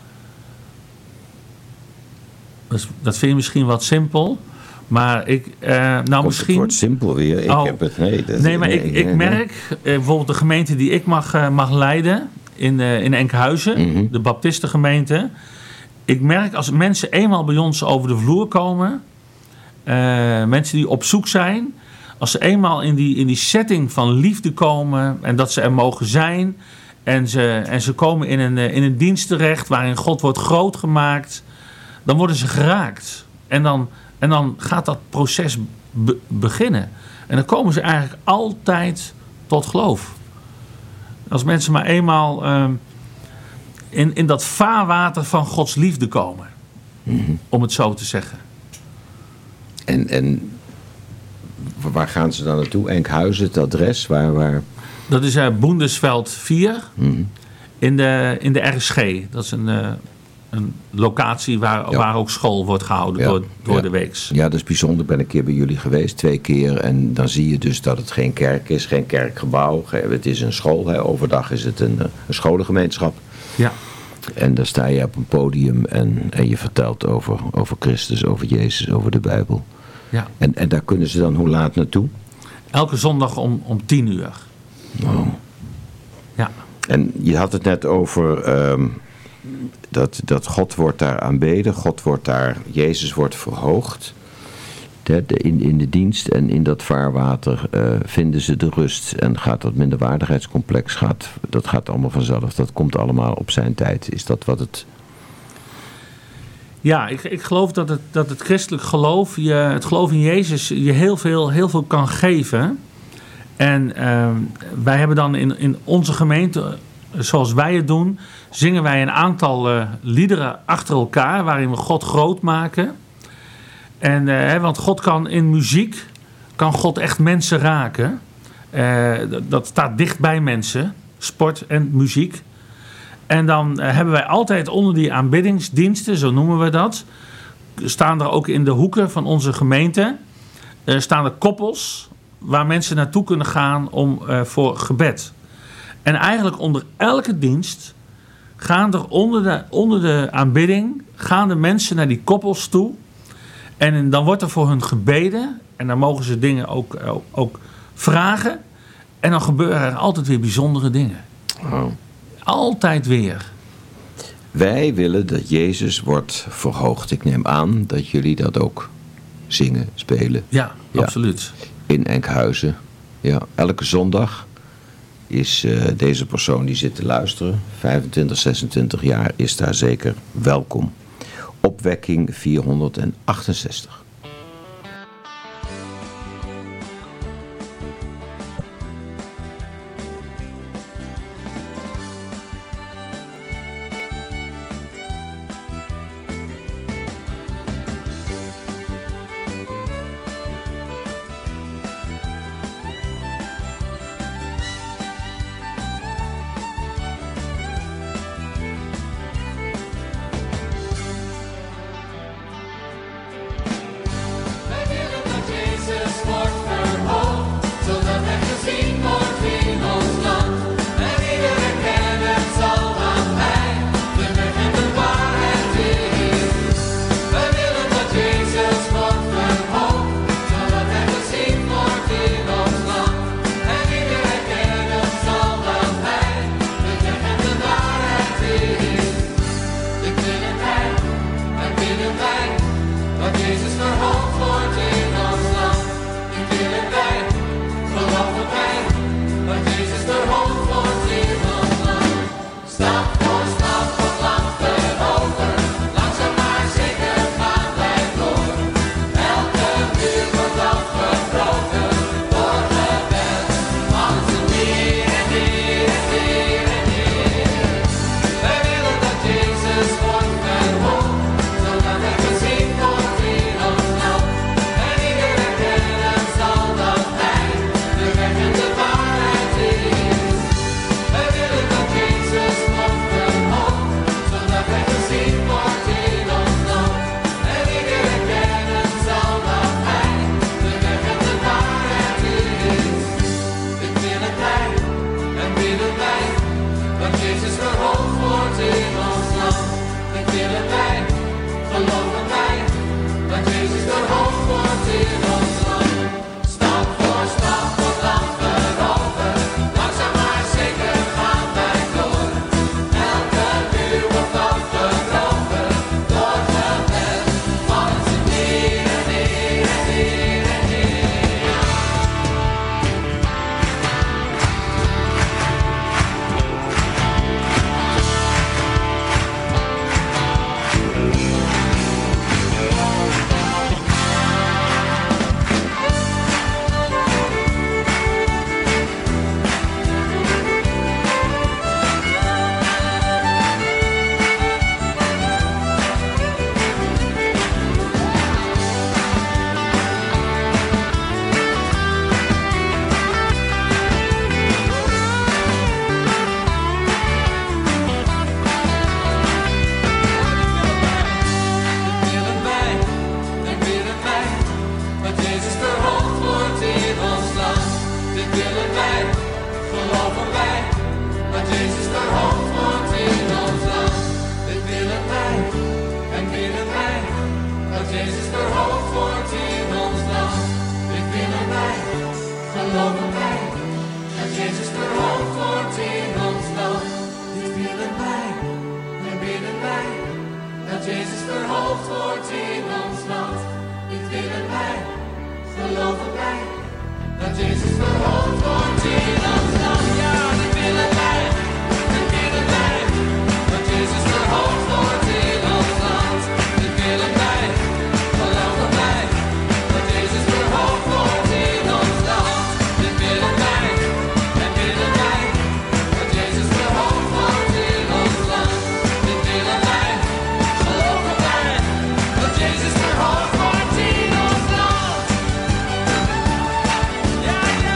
Dus dat vind je misschien wat simpel. Maar ik, uh, nou Komt misschien... Het wordt simpel weer. Ik oh, heb het... Nee, dat, nee maar nee, ik, nee, ik nee. merk, uh, bijvoorbeeld de gemeente die ik mag, uh, mag leiden in, uh, in Enkhuizen, mm-hmm. de Baptistengemeente. Ik merk als mensen eenmaal bij ons over de vloer komen, uh, mensen die op zoek zijn, als ze eenmaal in die, in die setting van liefde komen en dat ze er mogen zijn en ze, en ze komen in een, uh, in een dienst terecht waarin God wordt groot gemaakt, dan worden ze geraakt. En dan, en dan gaat dat proces be- beginnen. En dan komen ze eigenlijk altijd tot geloof. Als mensen maar eenmaal uh, in, in dat vaarwater van Gods liefde komen. Mm-hmm. Om het zo te zeggen. En, en waar gaan ze dan naartoe? Enkhuizen, het adres? Waar, waar... Dat is uh, Boendesveld vier. Mm-hmm. In de, in de R S G. Dat is een... Uh, Een locatie waar, ja. waar ook school wordt gehouden ja. door, door ja. de weeks. Ja, dat is bijzonder. Ik ben een keer bij jullie geweest, twee keer. En dan zie je dus dat het geen kerk is, geen kerkgebouw. Het is een school. Hè. Overdag is het een, een scholengemeenschap. Ja. En dan sta je op een podium en, en je vertelt over, over Christus, over Jezus, over de Bijbel. Ja. En, en daar kunnen ze dan hoe laat naartoe? Elke zondag om, om tien uur. Oh. Ja. En je had het net over um, dat, dat God wordt daar aanbeden, God wordt daar, Jezus wordt verhoogd. De, de, in, in de dienst en in dat vaarwater uh, vinden ze de rust en gaat dat minderwaardigheidscomplex, gaat, dat gaat allemaal vanzelf. Dat komt allemaal op zijn tijd. Is dat wat het... Ja, ik, ik geloof dat het, dat het christelijk geloof, je, het geloof in Jezus, je heel veel, heel veel kan geven. En uh, wij hebben dan in, in onze gemeente, zoals wij het doen, zingen wij een aantal uh, liederen achter elkaar waarin we God groot maken. En, uh, want God kan in muziek, kan God echt mensen raken. Uh, dat, dat staat dicht bij mensen, sport en muziek. En dan uh, hebben wij altijd onder die aanbiddingsdiensten, zo noemen we dat, staan er ook in de hoeken van onze gemeente, uh, staan er koppels waar mensen naartoe kunnen gaan om, uh, voor gebed. En eigenlijk onder elke dienst gaan er onder de, onder de aanbidding, gaan de mensen naar die koppels toe. En dan wordt er voor hun gebeden. En dan mogen ze dingen ook, ook, ook vragen. En dan gebeuren er altijd weer bijzondere dingen. Oh. Altijd weer. Wij willen dat Jezus wordt verhoogd. Ik neem aan dat jullie dat ook zingen, spelen. Ja, ja. Absoluut. In Enkhuizen. Ja, elke zondag is uh, deze persoon die zit te luisteren, vijfentwintig, zesentwintig jaar, is daar zeker welkom. Opwekking vierhonderdachtenzestig. dat Jezus verhoogd wordt in ons land. Dit willen wij, geloven wij, dat Jezus verhoogd wordt in ons land. Dit willen wij, en bidden wij, dat Jezus verhoogd wordt in ons land. Dit willen wij, geloven wij, dat Jezus verhoogd wordt in ons land. Ja, dit willen wij, en bidden wij, dat Jezus verhoogd wordt in ons land. Dit willen wij, geloven wij, dat Jezus verhoogd wordt in ons land. Dit willen wij, en bidden wij, dat Jezus verhoogd wordt in ons land. Dit willen wij, geloven wij, dat Jezus verhoogd wordt in ons land. Ja, ja.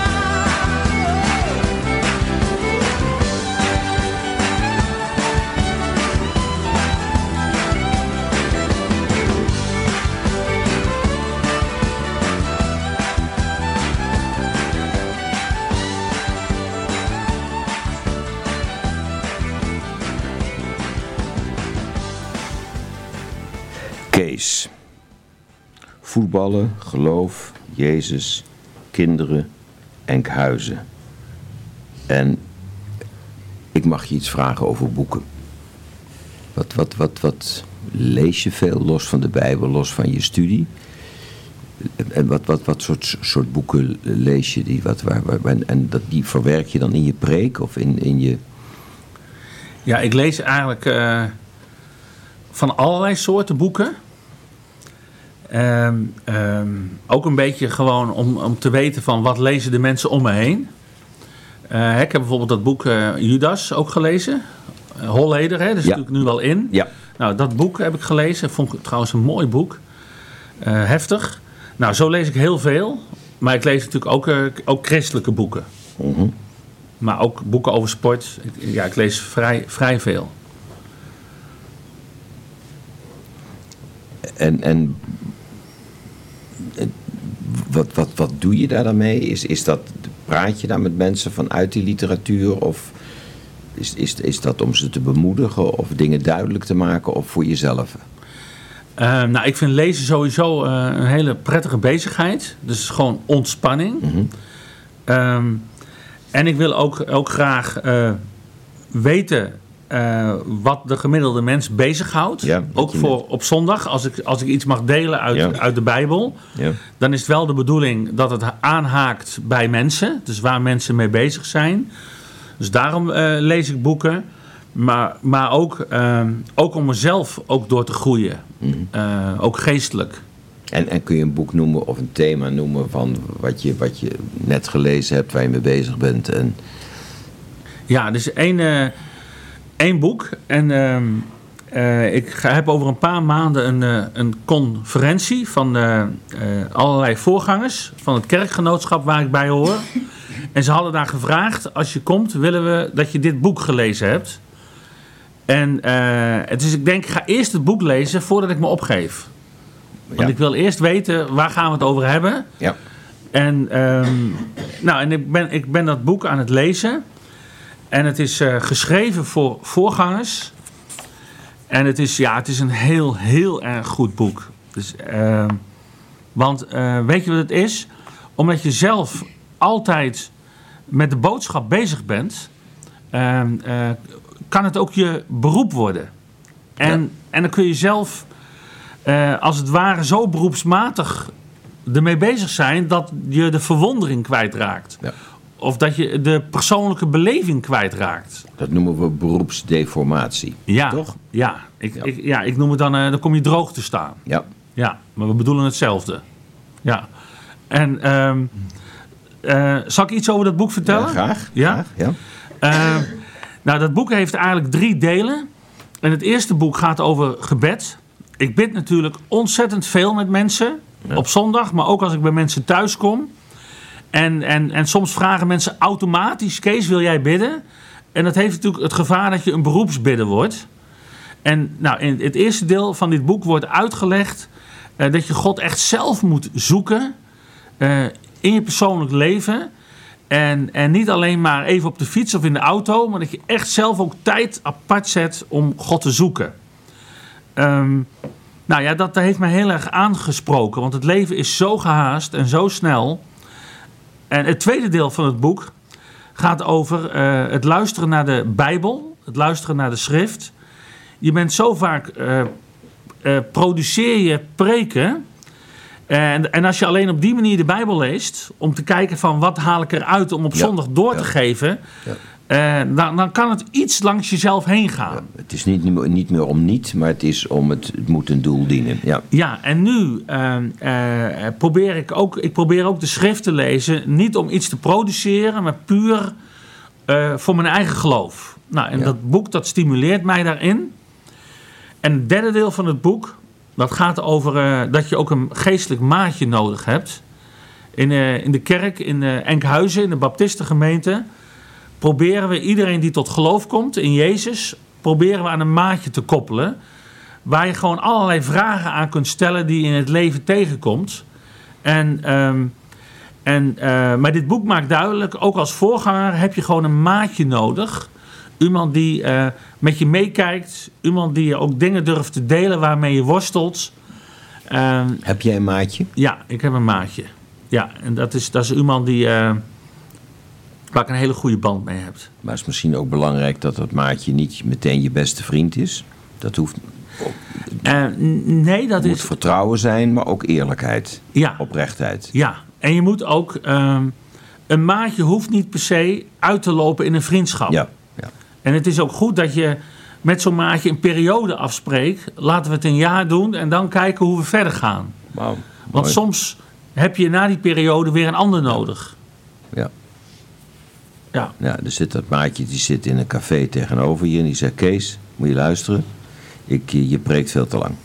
Kees. Voetballen, geloof, Jezus, kinderen, Enkhuizen. En ik mag je iets vragen over boeken. Wat, wat, wat, wat lees je veel, los van de Bijbel, los van je studie? En wat, wat, wat soort, soort boeken lees je die? Wat, waar, waar, en dat, die verwerk je dan in je preek of in, in je... Ja, ik lees eigenlijk uh, van allerlei soorten boeken. Um, um, ook een beetje gewoon om, om te weten van wat lezen de mensen om me heen. Uh, ik heb bijvoorbeeld dat boek uh, Judas ook gelezen. Uh, Holleder, hè, dat is Ja. natuurlijk nu wel in. Ja. Nou, dat boek heb ik gelezen. Vond ik trouwens een mooi boek. Uh, heftig. Nou, zo lees ik heel veel. Maar ik lees natuurlijk ook, uh, ook christelijke boeken. Mhm. Maar ook boeken over sport. Ik, ja, ik lees vrij, vrij veel. En, en en wat, wat, wat doe je daar dan mee? Is, is dat, praat je daar met mensen vanuit die literatuur? Of is, is, is dat om ze te bemoedigen of dingen duidelijk te maken of voor jezelf? Uh, nou, ik vind lezen sowieso uh, een hele prettige bezigheid. Dus gewoon ontspanning. Mhm. Um, en ik wil ook, ook graag uh, weten uh, wat de gemiddelde mens bezighoudt. Ja, wat ook je voor net- op zondag, als ik, als ik iets mag delen uit, Ja. uit de Bijbel. Ja. Dan is het wel de bedoeling dat het aanhaakt bij mensen. Dus waar mensen mee bezig zijn. Dus daarom uh, lees ik boeken. Maar, maar ook, uh, ook om mezelf ook door te groeien. Mhm. Uh, ook geestelijk. En, en kun je een boek noemen of een thema noemen van wat je, wat je net gelezen hebt, waar je mee bezig bent? En... Ja, dus één, uh, één boek. En uh, uh, ik ga, heb over een paar maanden een, uh, een conferentie van uh, uh, allerlei voorgangers van het kerkgenootschap waar ik bij hoor. En ze hadden daar gevraagd, als je komt, willen we dat je dit boek gelezen hebt. En uh, dus ik denk, ik ga eerst het boek lezen voordat ik me opgeef. Want Ja. ik wil eerst weten, waar gaan we het over hebben? Ja. En, um, nou, en ik, ben, ik ben dat boek aan het lezen. En het is uh, geschreven voor voorgangers. En het is, ja, het is een heel, heel erg goed boek. Dus, uh, want uh, weet je wat het is? Omdat je zelf altijd met de boodschap bezig bent... Uh, uh, kan het ook je beroep worden. En, Ja. en dan kun je zelf... Uh, als het ware zo beroepsmatig ermee bezig zijn... dat je de verwondering kwijtraakt. Ja. Of dat je de persoonlijke beleving kwijtraakt. Dat noemen we beroepsdeformatie. Ja, Toch? Ja, ik, Ja. Ik, ja, ik noem het dan... Uh, dan kom je droog te staan. Ja. Ja, maar we bedoelen hetzelfde. Ja. En... Um, uh, zal ik iets over dat boek vertellen? Ja, graag. Ja? graag, ja. Uh, nou, dat boek heeft eigenlijk drie delen. En het eerste boek gaat over gebed. Ik bid natuurlijk ontzettend veel met mensen. Ja. Op zondag, maar ook als ik bij mensen thuis kom. En, en, en soms vragen mensen automatisch... Kees, wil jij bidden? En dat heeft natuurlijk het gevaar dat je een beroepsbidder wordt. En nou, in het eerste deel van dit boek wordt uitgelegd... Uh, dat je God echt zelf moet zoeken... Uh, in je persoonlijk leven... En, en niet alleen maar even op de fiets of in de auto... maar dat je echt zelf ook tijd apart zet om God te zoeken. Um, Nou ja, dat heeft mij heel erg aangesproken. Want het leven is zo gehaast en zo snel. En het tweede deel van het boek gaat over uh, het luisteren naar de Bijbel. Het luisteren naar de schrift. Je bent zo vaak... Uh, uh, produceer je preken. En, en als je alleen op die manier de Bijbel leest... om te kijken van wat haal ik eruit om op ja, zondag door ja. te geven... Ja. Uh, dan, dan kan het iets langs jezelf heen gaan. Ja, het is niet, niet meer om niet, maar het is om het, het moet een doel dienen. Ja, ja en nu uh, uh, probeer ik ook, ik probeer ook de schrift te lezen... niet om iets te produceren, maar puur uh, voor mijn eigen geloof. Nou, en ja. dat boek dat stimuleert mij daarin. En het derde deel van het boek... dat gaat over uh, dat je ook een geestelijk maatje nodig hebt. In, uh, in de kerk in uh, Enkhuizen, in de baptistengemeente... proberen we iedereen die tot geloof komt in Jezus... proberen we aan een maatje te koppelen... waar je gewoon allerlei vragen aan kunt stellen... die je in het leven tegenkomt. En, um, en, uh, maar dit boek maakt duidelijk... ook als voorganger heb je gewoon een maatje nodig... Iemand die uh, met je meekijkt. Iemand die je ook dingen durft te delen waarmee je worstelt. Uh, heb jij een maatje? Ja, ik heb een maatje. Ja, en dat is, dat is iemand die, uh, waar ik een hele goede band mee heb. Maar het is misschien ook belangrijk dat dat maatje niet meteen je beste vriend is. Dat hoeft... Uh, nee, dat er moet is... vertrouwen zijn, maar ook eerlijkheid. Ja. Oprechtheid. Ja, en je moet ook... Uh, een maatje hoeft niet per se uit te lopen in een vriendschap. Ja. Ja. En het is ook goed dat je met zo'n maatje een periode afspreekt. Laten we het een jaar doen en dan kijken hoe we verder gaan. Wow, Want mooi. soms heb je na die periode weer een ander nodig. Ja. Ja. Ja, er zit dat maatje, die zit in een café tegenover je en die zegt... Kees, moet je luisteren, ik, je preekt veel te lang.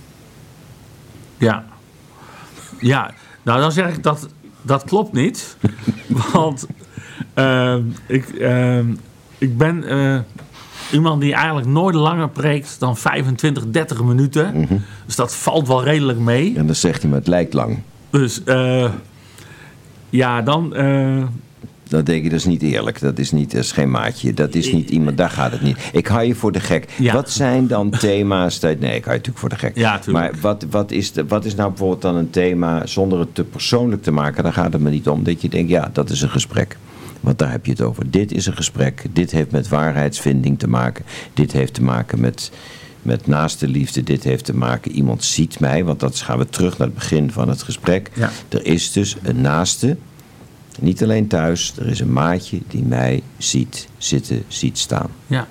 Ja. Ja, nou dan zeg ik dat dat klopt niet. Want uh, ik, uh, ik ben uh, iemand die eigenlijk nooit langer preekt dan vijfentwintig, dertig minuten. Mm-hmm. Dus dat valt wel redelijk mee. En dan zegt hij, maar het lijkt lang. Dus uh, ja, dan... Uh, Dan denk je, dat is niet eerlijk. Dat is, niet, dat is geen maatje. Dat is niet iemand, daar gaat het niet. Ik hou je voor de gek. Ja. Wat zijn dan thema's? Nee, ik hou je natuurlijk voor de gek. Ja, maar wat, wat, is de, wat is nou bijvoorbeeld dan een thema, zonder het te persoonlijk te maken? Daar gaat het me niet om. Dat je denkt, ja, dat is een gesprek. Want daar heb je het over. Dit is een gesprek. Dit heeft met waarheidsvinding te maken. Dit heeft te maken met... met naaste liefde, dit heeft te maken, iemand ziet mij, want dat gaan we terug naar het begin van het gesprek. Ja. Er is dus een naaste, niet alleen thuis, er is een maatje die mij ziet zitten, ziet staan. Ja,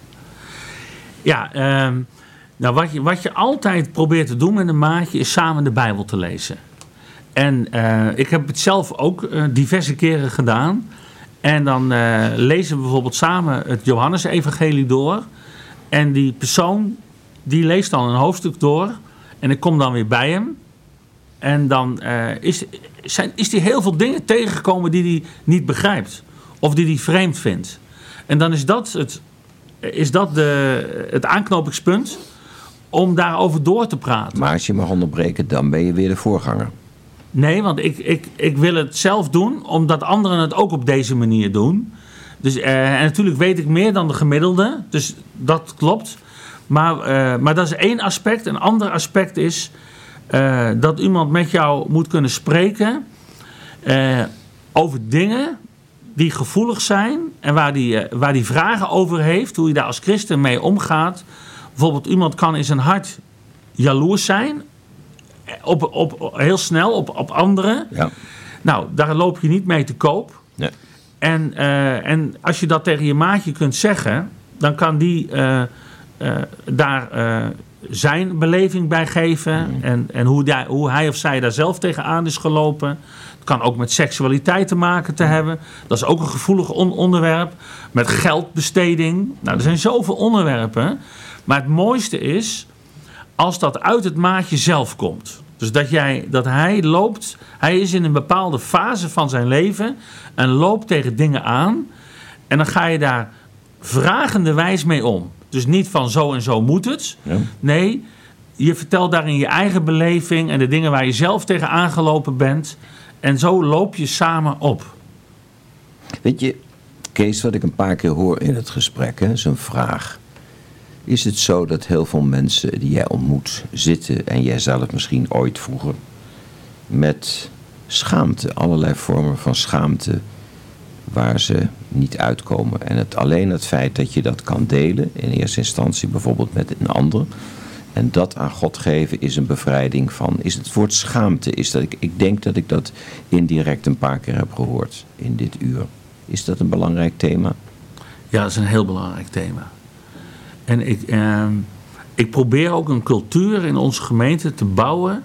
ja um, nou wat je, wat je altijd probeert te doen met een maatje is samen de Bijbel te lezen. En uh, ik heb het zelf ook uh, diverse keren gedaan. En dan uh, lezen we bijvoorbeeld samen het Johannes-evangelie door. En die persoon die leest dan een hoofdstuk door. En ik kom dan weer bij hem. En dan uh, is, zijn, is hij heel veel dingen tegengekomen die hij niet begrijpt. Of die hij vreemd vindt. En dan is dat het, is dat de, het aanknopingspunt om daarover door te praten. Maar als je mag onderbreken, dan ben je weer de voorganger. Nee, want ik, ik, ik wil het zelf doen, omdat anderen het ook op deze manier doen. Dus, uh, en natuurlijk weet ik meer dan de gemiddelde. Dus dat klopt. Maar, uh, maar dat is één aspect. Een ander aspect is uh, dat iemand met jou moet kunnen spreken uh, over dingen die gevoelig zijn en waar die, uh, waar die vragen over heeft, hoe je daar als christen mee omgaat. Bijvoorbeeld iemand kan in zijn hart jaloers zijn, op, op, heel snel op, op anderen. Ja. Nou, daar loop je niet mee te koop. Nee. En, uh, en als je dat tegen je maatje kunt zeggen, dan kan die uh, uh, daar uh, zijn beleving bij geven. Mm. En, en hoe, die, hoe hij of zij daar zelf tegenaan is gelopen. Het kan ook met seksualiteit te maken te hebben. Dat is ook een gevoelig on- onderwerp. Met geldbesteding. Nou, er zijn zoveel onderwerpen. Maar het mooiste is als dat uit het maatje zelf komt. Dus dat, jij, dat hij loopt, hij is in een bepaalde fase van zijn leven en loopt tegen dingen aan. En dan ga je daar vragenderwijs mee om. Dus niet van zo en zo moet het. Ja. Nee, je vertelt daarin je eigen beleving en de dingen waar je zelf tegen aangelopen bent. En zo loop je samen op. Weet je, Kees, wat ik een paar keer hoor in het gesprek, hè, is een vraag. Is het zo dat heel veel mensen die jij ontmoet zitten, en jij zelf misschien ooit vroeger, met schaamte, allerlei vormen van schaamte, waar ze niet uitkomen. En het, alleen het feit dat je dat kan delen, in eerste instantie bijvoorbeeld met een ander, en dat aan God geven, is een bevrijding van. Is het woord schaamte, is dat ik, ik denk dat ik dat indirect een paar keer heb gehoord in dit uur. Is dat een belangrijk thema? Ja, dat is een heel belangrijk thema. En ik, eh, ik probeer ook een cultuur in onze gemeente te bouwen,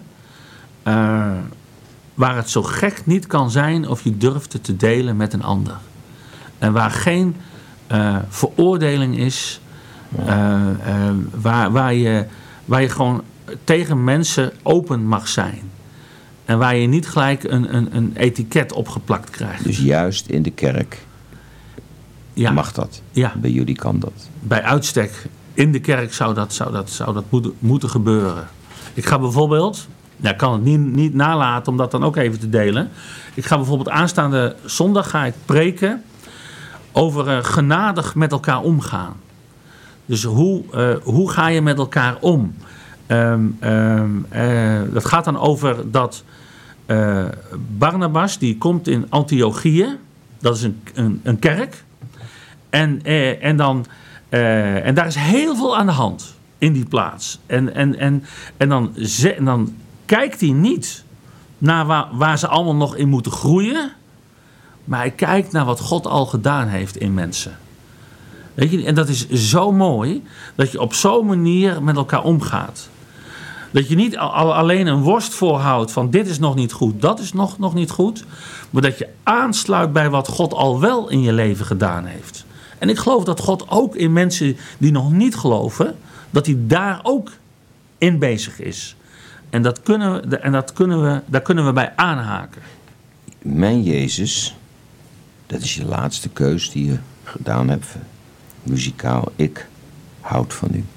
Uh, waar het zo gek niet kan zijn of je durft het te delen met een ander. En waar geen uh, veroordeling is, uh, uh, waar, waar, je, waar je gewoon tegen mensen open mag zijn. En waar je niet gelijk een, een, een etiket opgeplakt krijgt. Dus juist in de kerk ja. mag dat? Ja. Bij jullie kan dat? Bij uitstek in de kerk zou dat, zou dat, zou dat moeten, moeten gebeuren. Ik ga bijvoorbeeld... Ja, ik kan het niet, niet nalaten om dat dan ook even te delen. Ik ga bijvoorbeeld aanstaande zondag ga ik preken over uh, genadig met elkaar omgaan. Dus hoe, uh, hoe ga je met elkaar om? Um, um, uh, dat gaat dan over dat uh, Barnabas, die komt in Antiochië. Dat is een, een, een kerk. En, uh, en, dan, uh, en daar is heel veel aan de hand in die plaats. En, en, en, en dan... Ze, en dan kijkt hij niet naar waar, waar ze allemaal nog in moeten groeien. Maar hij kijkt naar wat God al gedaan heeft in mensen. Weet je, en dat is zo mooi. Dat je op zo'n manier met elkaar omgaat. Dat je niet al, alleen een worst voorhoudt van dit is nog niet goed, dat is nog, nog niet goed. Maar dat je aansluit bij wat God al wel in je leven gedaan heeft. En ik geloof dat God ook in mensen die nog niet geloven, dat hij daar ook in bezig is. En, dat kunnen we, en dat kunnen we, daar kunnen we bij aanhaken. Mijn Jezus, dat is je laatste keus die je gedaan hebt. Muzikaal, ik houd van u.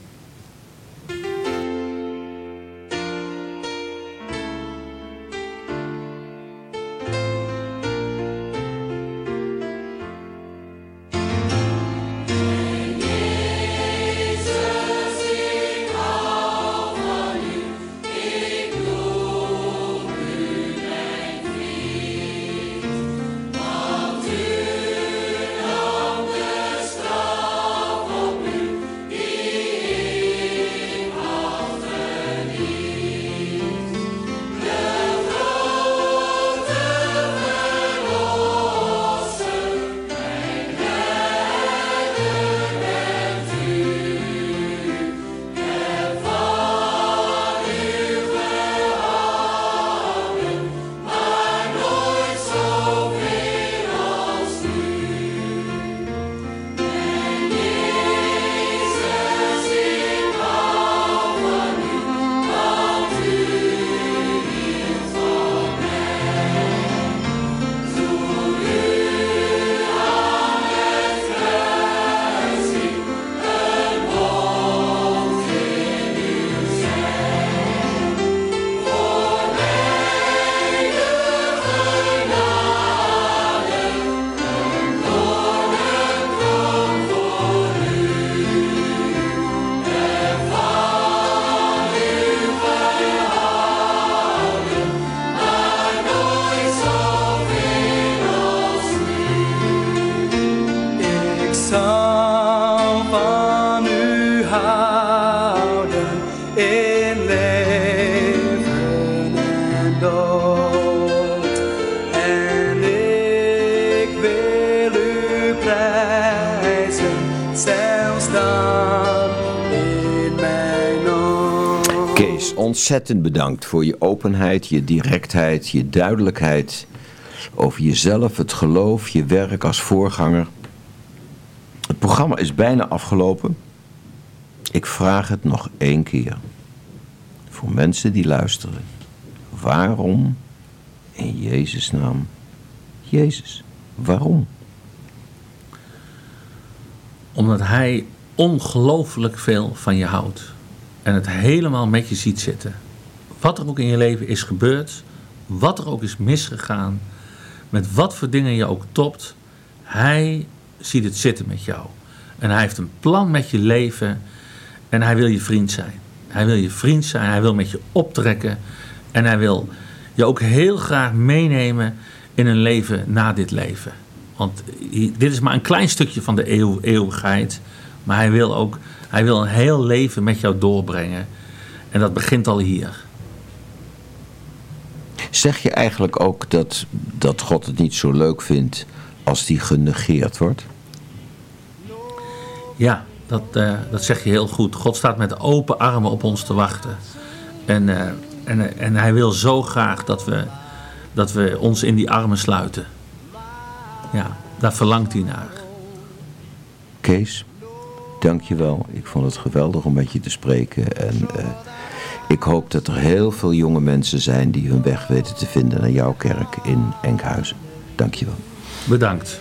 Ontzettend bedankt voor je openheid, je directheid, je duidelijkheid over jezelf, het geloof, je werk als voorganger. Het programma is bijna afgelopen. Ik vraag het nog één keer. Voor mensen die luisteren. Waarom in Jezus' naam? Jezus, waarom? Omdat hij ongelooflijk veel van je houdt. En het helemaal met je ziet zitten. Wat er ook in je leven is gebeurd. Wat er ook is misgegaan. Met wat voor dingen je ook topt. Hij ziet het zitten met jou. En hij heeft een plan met je leven. En hij wil je vriend zijn. Hij wil je vriend zijn. Hij wil met je optrekken. En hij wil je ook heel graag meenemen in een leven na dit leven. Want dit is maar een klein stukje van de eeuw, eeuwigheid. Maar hij wil ook hij wil een heel leven met jou doorbrengen. En dat begint al hier. Zeg je eigenlijk ook dat, dat God het niet zo leuk vindt als die genegeerd wordt? Ja, dat, uh, dat zeg je heel goed. God staat met open armen op ons te wachten. En, uh, en, uh, en hij wil zo graag dat we, dat we ons in die armen sluiten. Ja, daar verlangt hij naar. Kees, dank je wel. Ik vond het geweldig om met je te spreken. En uh, ik hoop dat er heel veel jonge mensen zijn die hun weg weten te vinden naar jouw kerk in Enkhuizen. Dank je wel. Bedankt.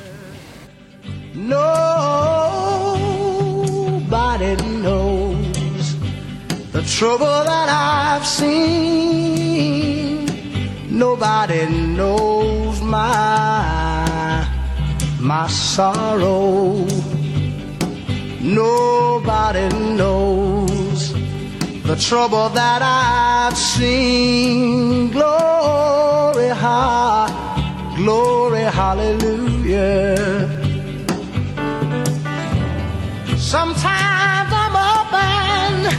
Nobody knows the trouble that I've seen. Nobody knows my my sorrow. Nobody knows the trouble that I've seen. Glory, ha, glory, hallelujah. Sometimes I'm up and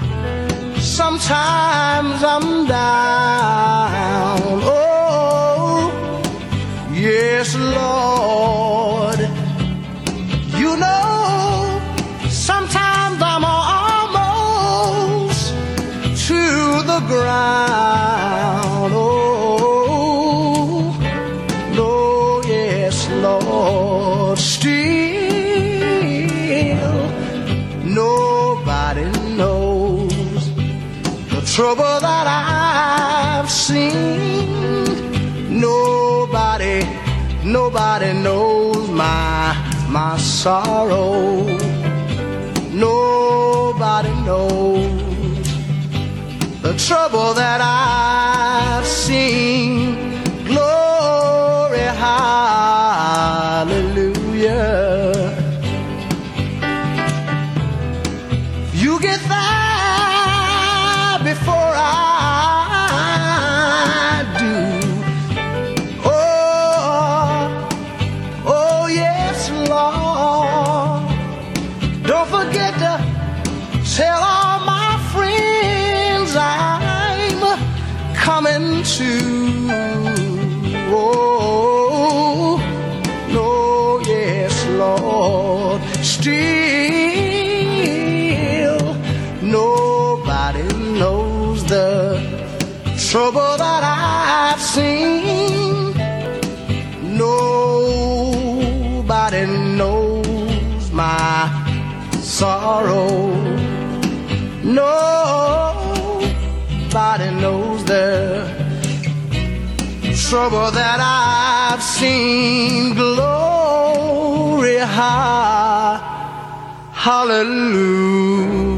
sometimes I'm down. Oh, yes, Lord. You know, sometimes I'm almost to the ground. Oh, no, yes, Lord. Still, nobody knows the trouble that I've seen. Nobody, nobody knows my my sorrow. Nobody knows the trouble that I've seen. Glory, hallelujah. You get there before I do. Oh, oh yes, Lord. Don't forget to tell all my friends I'm coming too. Oh, no, yes, Lord. Still, nobody knows the trouble that I've seen. Nobody knows my sorrow. Nobody knows the trouble that I've seen. Glory, hallelujah.